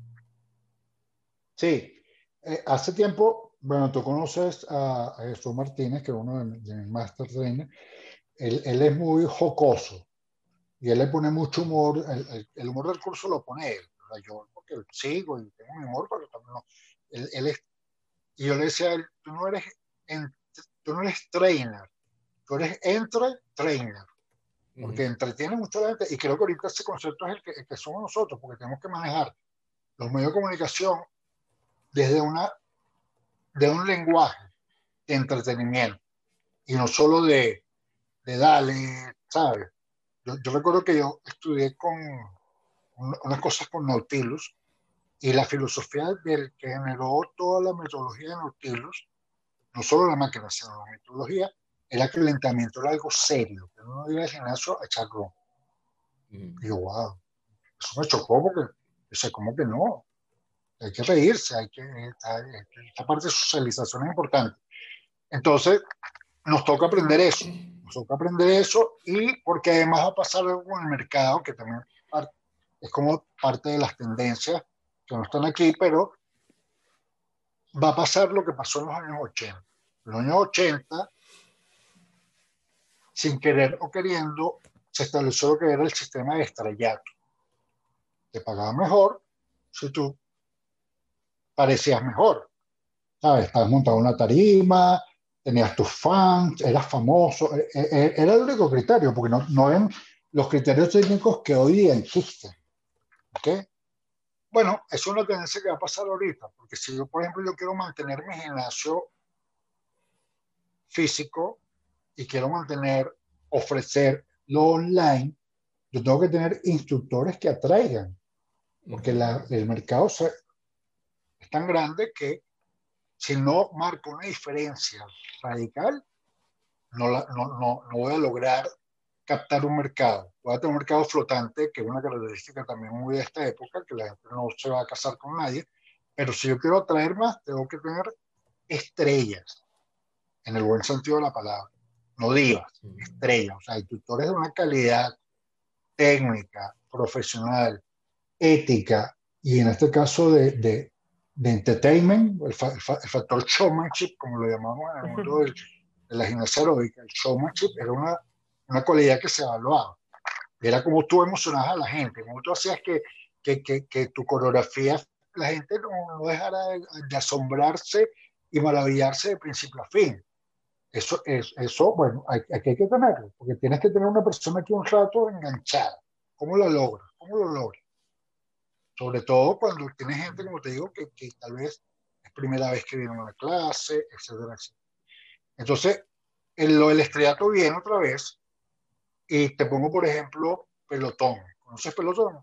Sí, eh, hace tiempo, bueno, tú conoces a, a Jesús Martínez, que es uno de, de mis master trainers. Él, él es muy jocoso y él le pone mucho humor. El, el, el humor del curso lo pone él. O sea, yo, porque sigo y tengo mi humor, pero también no. Él, él es, y yo le decía a él, tú no eres, en, tú no eres trainer, tú eres entre trainer, porque Ujú. entretiene mucho a la gente. Y creo que ahorita ese concepto es el que, el que somos nosotros, porque tenemos que manejar los medios de comunicación desde una, de un lenguaje de entretenimiento y no solo de, de dale, ¿sabes? Yo, yo recuerdo que yo estudié con un, unas cosas con Nautilus y la filosofía del que generó toda la metodología de Nautilus, no solo la máquina, sino la metodología, era que el entrenamiento era algo serio, que uno iba al gimnasio a echar ron. Mm. Y yo, wow, eso me chocó porque, o sea, ¿cómo que no? Hay que reírse, hay que, esta, esta parte de socialización es importante. Entonces, nos toca aprender eso, nos toca aprender eso y porque además va a pasar algo con el mercado que también es como parte de las tendencias que no están aquí, pero va a pasar lo que pasó en los años ochenta. En los años ochenta, sin querer o queriendo, se estableció lo que era el sistema de estrellato. Te pagaban mejor si tú parecías mejor. ¿Sabes? Estabas montado en una tarima, tenías tus fans, eras famoso. Era el único criterio, porque no, no ven los criterios técnicos que hoy día existen. ¿Ok? Bueno, es una tendencia que va a pasar ahorita, porque si yo, por ejemplo, yo quiero mantener mi gimnasio físico y quiero mantener, ofrecer lo online, yo tengo que tener instructores que atraigan, porque la, el mercado se, es tan grande que si no marco una diferencia radical, no, la, no, no, no voy a lograr captar un mercado. Voy a tener un mercado flotante, que es una característica también muy de esta época, que la gente no se va a casar con nadie, pero si yo quiero atraer más, tengo que tener estrellas, en el buen sentido de la palabra, no divas, estrellas, o sea, instructores de una calidad técnica, profesional, ética, y en este caso de, de, de entertainment, el, fa, el, fa, el factor showmanship, como lo llamamos en el mundo del, de la gimnasia aeróbica, el showmanship era una, una cualidad que se evaluaba. Era como tú emocionabas a la gente, como tú hacías que, que, que, que tu coreografía, la gente no, no dejara de, de asombrarse y maravillarse de principio a fin. Eso, es, eso bueno, hay, aquí hay que tenerlo, porque tienes que tener una persona aquí un rato enganchada. ¿Cómo lo logras? ¿Cómo lo logras? Sobre todo cuando tienes gente, como te digo, que, que tal vez es primera vez que viene a una clase, etcétera, etcétera. Entonces, el, el estrellato viene otra vez y te pongo, por ejemplo, pelotón. ¿Conoces pelotón?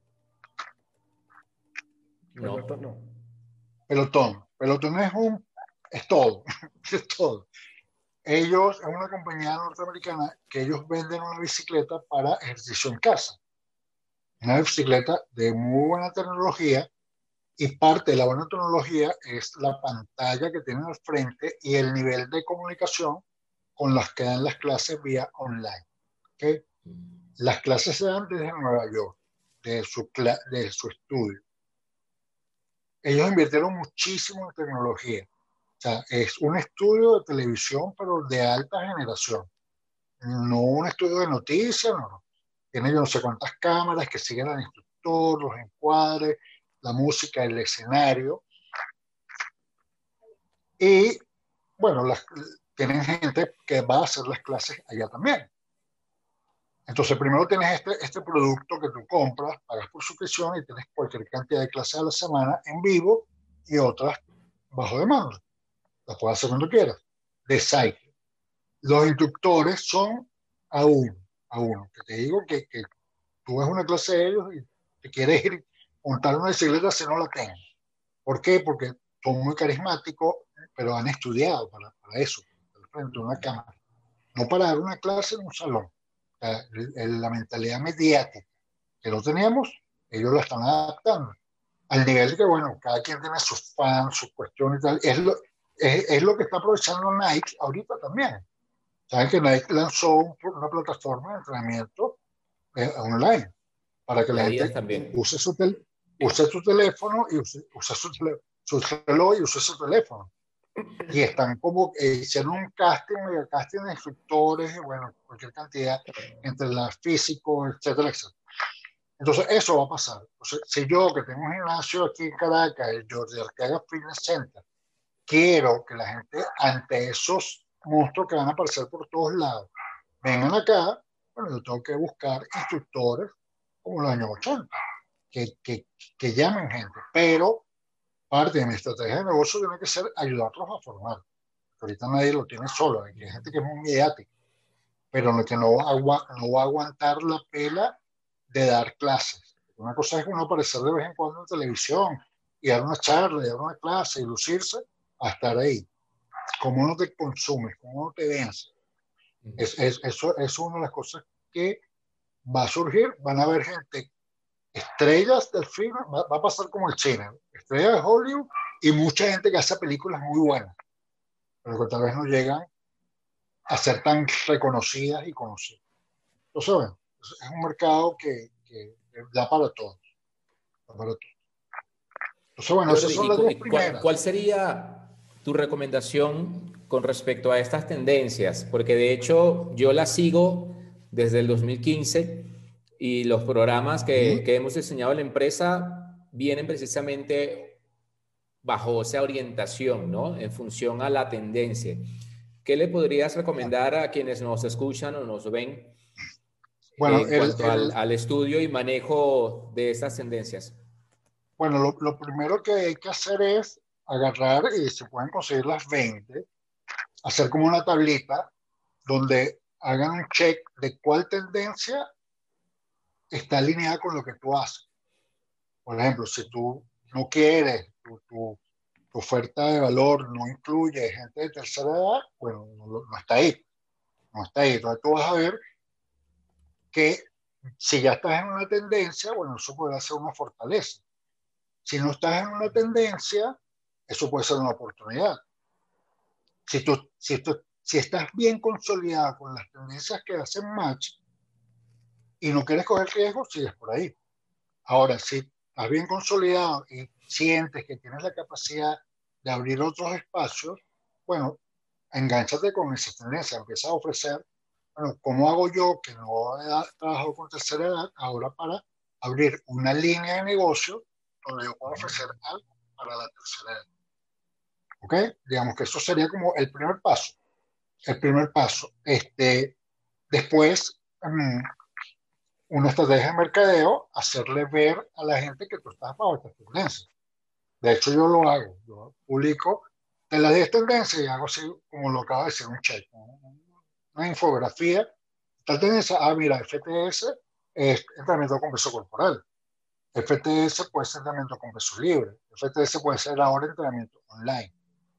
No. Pelotón no. Pelotón. Pelotón es un, es todo, es todo. Ellos, es una compañía norteamericana que ellos venden una bicicleta para ejercicio en casa. Una bicicleta de muy buena tecnología y parte de la buena tecnología es la pantalla que tienen al frente y el nivel de comunicación con las que dan las clases vía online. ¿Okay? Las clases se dan desde Nueva York, de su, de su estudio. Ellos invirtieron muchísimo en tecnología. O sea, es un estudio de televisión, pero de alta generación. No un estudio de noticias, no. Tiene yo no sé cuántas cámaras que siguen al instructor, los encuadres, la música, el escenario. Y, bueno, las, tienen gente que va a hacer las clases allá también. Entonces, primero tienes este, este producto que tú compras, pagas por suscripción y tienes cualquier cantidad de clases a la semana en vivo y otras bajo demanda. Las puedes hacer cuando quieras. De Cycle. Los instructores son a uno, a uno. Que te digo que, que tú ves una clase de ellos y te quieres ir a montar una bicicleta si no la tienes. ¿Por qué? Porque son muy carismáticos, pero han estudiado para, para eso, frente a una cámara. No para dar una clase en un salón. O sea, la mentalidad mediática que no teníamos, ellos la están adaptando. Al nivel de que, bueno, cada quien tiene sus fans, sus cuestiones y tal. Es lo, es, es lo que está aprovechando Nike ahorita también. Saben que Nike lanzó un, una plataforma de entrenamiento eh, online para que la gente también. use su, tel, use su teléfono y use, use su, tele, su reloj y use su teléfono. Y están como, eh, hicieron un casting, mega casting de instructores, y bueno, cualquier cantidad, entre la físico, etcétera, etcétera. Entonces, eso va a pasar. Entonces, si yo, que tengo un gimnasio aquí en Caracas, el Jordi Arteaga Fitness Center, quiero que la gente, ante esos monstruos que van a aparecer por todos lados, vengan acá, bueno, yo tengo que buscar instructores como los años ochenta, que, que, que llamen gente. Pero parte de mi estrategia de negocio tiene que ser ayudarlos a formar. Ahorita nadie lo tiene solo, hay gente que es muy mediática, pero no, que no, agua, no va a aguantar la pela de dar clases. Una cosa es uno aparecer de vez en cuando en televisión y dar una charla, y dar una clase y lucirse, a estar ahí. ¿Cómo no te consumes? ¿Cómo no te vences? Es, es, eso es una de las cosas que va a surgir. Van a haber gente, estrellas del film, va, va a pasar como el cine, estrellas de Hollywood y mucha gente que hace películas muy buenas, pero que tal vez no llegan a ser tan reconocidas y conocidas. Entonces, bueno, es un mercado que, que da para todos. Da para todos. Entonces, bueno, esas Jordi, son ¿y, las cu- diez y cuál, primeras. cuál sería tu recomendación con respecto a estas tendencias? Porque de hecho yo las sigo desde el dos mil quince y los programas que, ¿Mm? que hemos diseñado en la empresa vienen precisamente bajo esa orientación, ¿no? En función a la tendencia. ¿Qué le podrías recomendar a quienes nos escuchan o nos ven Bueno, en el, cuanto al, el, al estudio y manejo de estas tendencias? bueno lo, lo primero que hay que hacer es agarrar, y se pueden conseguir las veinte, hacer como una tablita donde hagan un check de cuál tendencia está alineada con lo que tú haces. Por ejemplo, si tú no quieres, tu, tu, tu oferta de valor no incluye gente de tercera edad, bueno, no, no está ahí, no está ahí. Entonces tú vas a ver que si ya estás en una tendencia, bueno, eso puede ser una fortaleza. Si no estás en una tendencia, eso puede ser una oportunidad. Si, tú, si, tú, si estás bien consolidado con las tendencias que hacen match y no quieres coger riesgos, sigues por ahí. Ahora, si estás bien consolidado y sientes que tienes la capacidad de abrir otros espacios, bueno, engánchate con esa tendencia, empieza a ofrecer, bueno, ¿cómo hago yo que no he trabajado con tercera edad ahora para abrir una línea de negocio donde yo puedo ofrecer algo para la tercera edad? ¿Ok? Digamos que eso sería como el primer paso. El primer paso. Este, después, um, una estrategia de mercadeo, hacerle ver a la gente que tú estás bajo estas tendencias. De hecho, yo lo hago. Yo publico de las diez tendencias y hago así, como lo acaba de decir, un check, una infografía. Tal tendencia, ah, mira, F T S es entrenamiento con peso corporal. F T S puede ser entrenamiento con peso libre. F T S puede ser ahora entrenamiento online.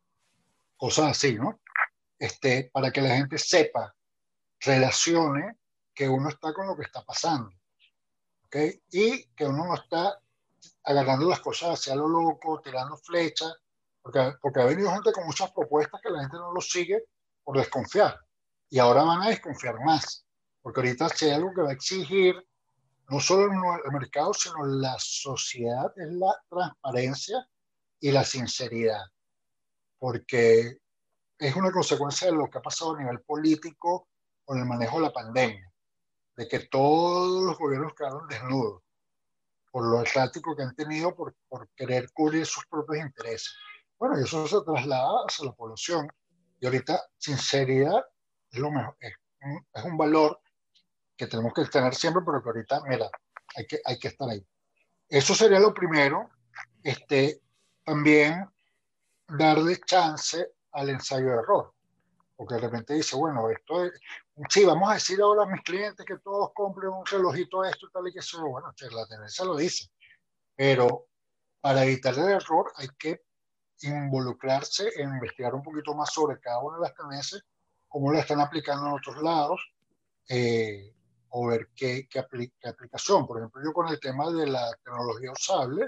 Cosas así, ¿no? Este, para que la gente sepa, relacione que uno está con lo que está pasando. ¿Ok? Y que uno no está agarrando las cosas hacia lo loco, tirando flechas, porque, porque ha venido gente con muchas propuestas que la gente no lo sigue por desconfiar. Y ahora van a desconfiar más, porque ahorita si hay algo que va a exigir no solo el, el mercado, sino la sociedad, es la transparencia y la sinceridad, porque es una consecuencia de lo que ha pasado a nivel político con el manejo de la pandemia, de que todos los gobiernos quedaron desnudos por lo errático que han tenido por, por querer cubrir sus propios intereses. Bueno, y eso se traslada hacia la población. Y ahorita, sinceridad es lo mejor, es un, es un valor que tenemos que tener siempre, pero que ahorita, mira, hay que, hay que estar ahí. Eso sería lo primero. Este, también darle chance al ensayo de error. Porque de repente dice, bueno, esto es, sí, vamos a decir ahora a mis clientes que todos compren un relojito esto y tal y que eso, bueno, la tendencia lo dice, pero para evitar el error hay que involucrarse en investigar un poquito más sobre cada una de las tendencias, cómo la están aplicando en otros lados, eh, o ver qué, qué, apli qué aplicación. Por ejemplo, yo con el tema de la tecnología usable,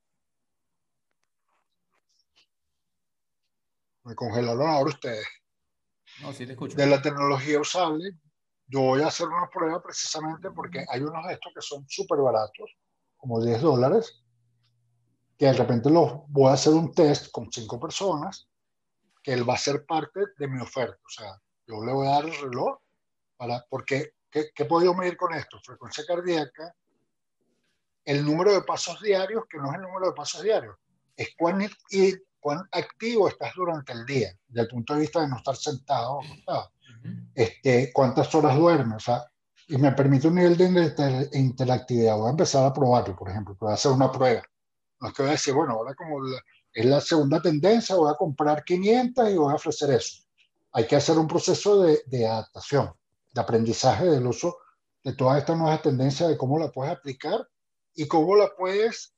me congelaron ahora ustedes. No, sí te escucho. De la tecnología usable, yo voy a hacer una prueba precisamente porque hay unos de estos que son súper baratos, como diez dólares, que de repente los voy a hacer un test con cinco personas, que él va a ser parte de mi oferta. O sea, yo le voy a dar el reloj para, porque, ¿qué, qué puedo yo medir con esto? Frecuencia cardíaca, el número de pasos diarios, que no es el número de pasos diarios, es cuán, y, cuán activo estás durante el día, desde el punto de vista de no estar sentado o acostado. Este, cuántas horas duermes, o sea, y me permite un nivel de inter interactividad. Voy a empezar a probarlo, por ejemplo, voy a hacer una prueba. No es que voy a decir, bueno, ahora como la, es la segunda tendencia, voy a comprar quinientas y voy a ofrecer eso. Hay que hacer un proceso de, de adaptación, de aprendizaje del uso de todas estas nuevas tendencias, de cómo la puedes aplicar y cómo la puedes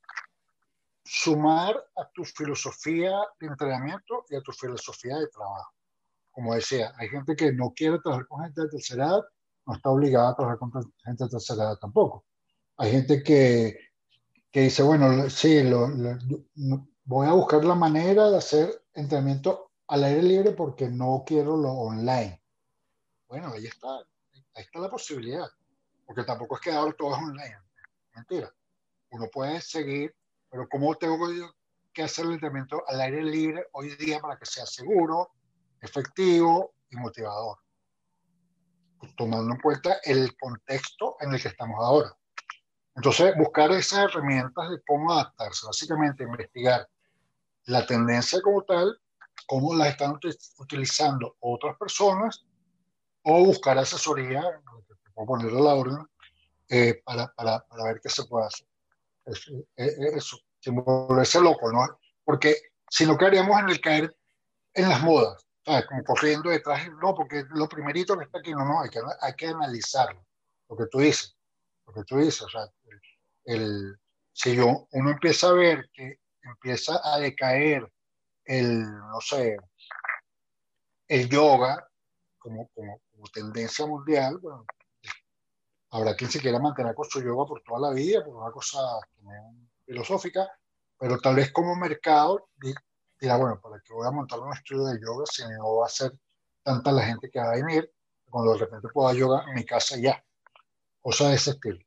sumar a tu filosofía de entrenamiento y a tu filosofía de trabajo. como decía, hay gente que no quiere trabajar con gente de tercera edad, no está obligada a trabajar con gente de tercera edad tampoco. Hay gente que, que dice, bueno, sí, lo, lo, no, voy a buscar la manera de hacer entrenamiento al aire libre porque no quiero lo online. Bueno, ahí está, ahí está la posibilidad, porque tampoco es que ahora todo es online. Mentira. Uno puede seguir, pero ¿cómo tengo yo que hacer el entrenamiento al aire libre hoy día para que sea seguro, efectivo y motivador? Tomando en cuenta el contexto en el que estamos ahora. Entonces, buscar esas herramientas de cómo adaptarse, básicamente investigar la tendencia como tal, cómo la están ut- utilizando otras personas, o buscar asesoría, o ponerle la orden, eh, para, para, para ver qué se puede hacer. Es- es- es Eso, sin volverse loco, ¿no? Porque si no quedaríamos en el caer en las modas, ¿sabes? Como corriendo detrás, no, porque lo primerito que está aquí, no, no, hay que, hay que analizarlo, lo que tú dices, lo que tú dices, o sea, el, el- si yo, uno empieza a ver que empieza a decaer el, no sé, el yoga como, como, como tendencia mundial, bueno, habrá quien se quiera mantener con su yoga por toda la vida, por una cosa filosófica, pero tal vez como mercado dirá, bueno, ¿para qué voy a montar un estudio de yoga si no va a ser tanta la gente que va a venir cuando de repente pueda yoga en mi casa ya? Cosa de ese estilo.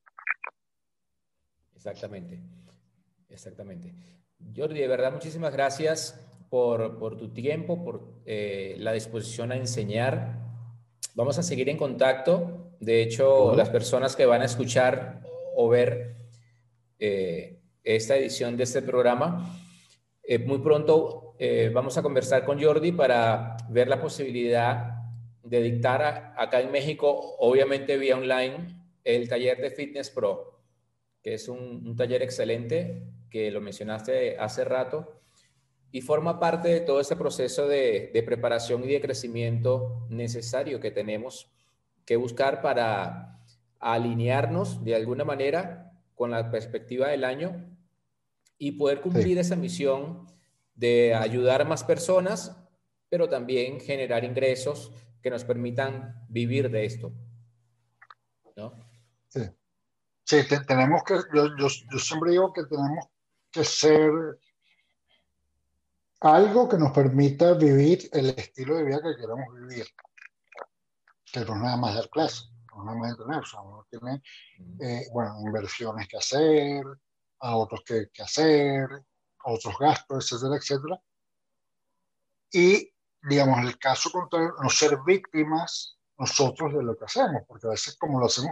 Exactamente, exactamente. Jordi, de verdad, muchísimas gracias por, por tu tiempo, por eh, la disposición a enseñar. Vamos a seguir en contacto. De hecho, las Seguro. personas que van a escuchar o ver eh, esta edición de este programa, eh, muy pronto eh, vamos a conversar con Jordi para ver la posibilidad de dictar a, acá en México, obviamente vía online, el taller de Fitness Pro, que es un, un taller excelente, que lo mencionaste hace rato, y forma parte de todo ese proceso de, de preparación y de crecimiento necesario que tenemos que buscar para alinearnos de alguna manera con la perspectiva del año y poder Sí, cumplir esa misión de ayudar a más personas, pero también generar ingresos que nos permitan vivir de esto, ¿no? sí. Sí, te- tenemos que, yo, yo, yo siempre digo que tenemos que ser algo que nos permita vivir el estilo de vida que queremos vivir, que no es nada más dar clases, no es nada más entrenar, o sea, uno tiene eh, bueno, inversiones que hacer, a otros que, que hacer, otros gastos, etcétera, etcétera. Y, digamos, en el caso contrario, no ser víctimas nosotros de lo que hacemos, porque a veces como lo hacemos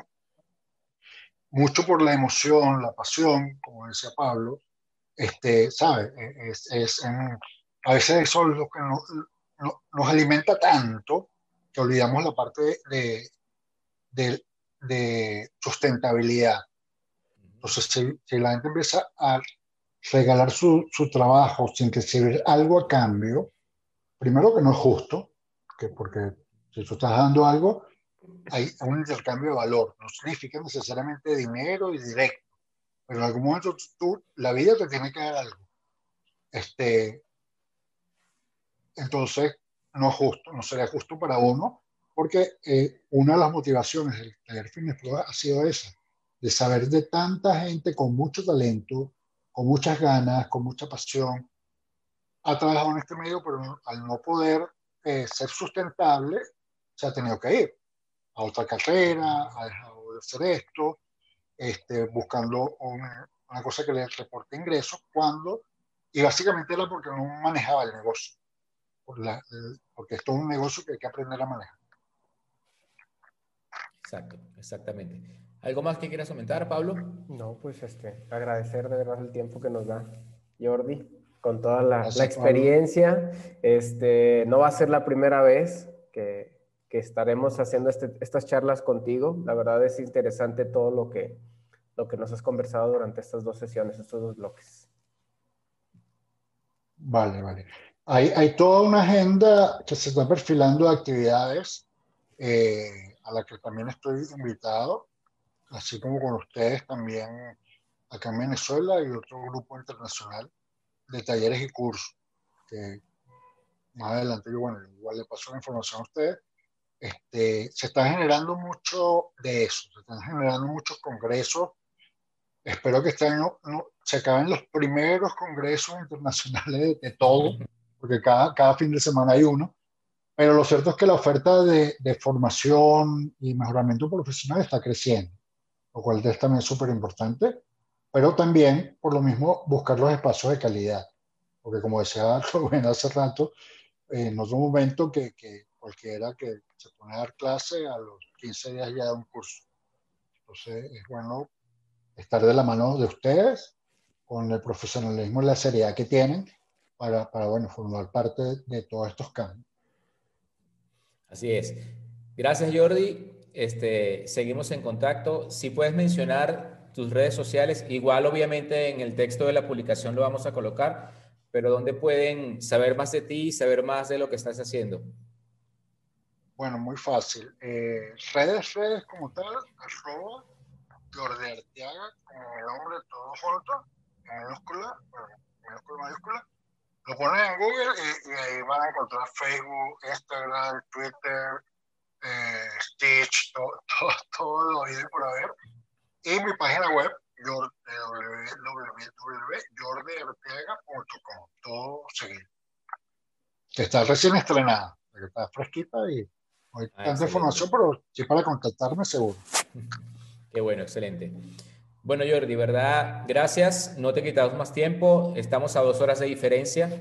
mucho por la emoción, la pasión, como decía Pablo, este, ¿sabe? Es, es, en- a veces eso es lo que no- no- nos alimenta tanto que olvidamos la parte de, de, de sustentabilidad. Entonces, si, si la gente empieza a regalar su, su trabajo sin recibir algo a cambio, primero que no es justo, que porque si tú estás dando algo, hay un intercambio de valor, no significa necesariamente dinero y directo, pero en algún momento tú, la vida te tiene que dar algo. Este, entonces, no es justo, no sería justo para uno, porque eh, una de las motivaciones del taller Fitness Pro ha sido esa, de saber de tanta gente con mucho talento, con muchas ganas, con mucha pasión, ha trabajado en este medio, pero no- al no poder eh, ser sustentable, se ha tenido que ir a otra carrera, ha dejado de hacer esto, este, buscando una, una cosa que le reporte ingresos, cuando, y básicamente era porque no manejaba el negocio, por la, el- porque esto es un negocio que hay que aprender a manejar. Exacto, exactamente. ¿Algo más que quieras comentar, Pablo? No, pues este, agradecer de verdad el tiempo que nos da Jordi, con toda la, la Gracias, Pablo. experiencia. Este, no va a ser la primera vez que, que estaremos haciendo este, estas charlas contigo. La verdad es interesante todo lo que, lo que nos has conversado durante estas dos sesiones, estos dos bloques. Vale, vale. Hay, hay toda una agenda que se está perfilando de actividades eh, a la que también estoy invitado, así como con ustedes también acá en Venezuela y otro grupo internacional de talleres y cursos que más adelante, yo, bueno, igual le paso la información a ustedes. Este, se está generando mucho de eso, se están generando muchos congresos. Espero que este año no, se acaben los primeros congresos internacionales de, de todo, porque cada, cada fin de semana hay uno. Pero lo cierto es que la oferta de, de formación y mejoramiento profesional está creciendo, lo cual es también súper importante, pero también, por lo mismo, buscar los espacios de calidad, porque como decía Rubén hace rato, eh, no es un momento que, que cualquiera que se pone a dar clase a los quince días ya da un curso. Entonces, es bueno estar de la mano de ustedes con el profesionalismo y la seriedad que tienen para, para bueno, formar parte de, de todos estos cambios. Así es. Gracias, Jordi. Este, seguimos en contacto. Si puedes mencionar tus redes sociales, igual obviamente en el texto de la publicación lo vamos a colocar, pero ¿dónde pueden saber más de ti y saber más de lo que estás haciendo? Bueno, muy fácil. Eh, redes, redes como tal, arroba Jordi Arteaga, con el nombre todo junto, en minúscula, bueno, minúscula, mayúscula. Lo ponen en Google y, y ahí van a encontrar Facebook, Instagram, Twitter, eh, Stitch, todo, todo, todo lo oído por haber. Y mi página web, w w w punto jordi arteaga punto com, todo seguido. Que está recién estrenada, que está fresquita y no hay Ah, tanta excelente. información, pero sí para contactarme seguro. Qué bueno, excelente. Bueno, Jordi, ¿verdad? Gracias. No te quitamos más tiempo. Estamos a dos horas de diferencia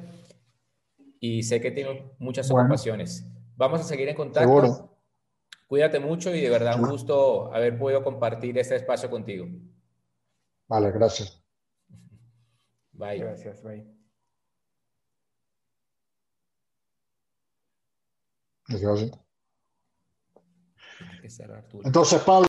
y sé que tengo muchas Bueno, ocupaciones. Vamos a seguir en contacto. seguro. Cuídate mucho y de verdad Sí. un gusto haber podido compartir este espacio contigo. Vale, gracias. Bye. Gracias, bye. Gracias. Tienes que cerrar tú. Entonces, Pablo.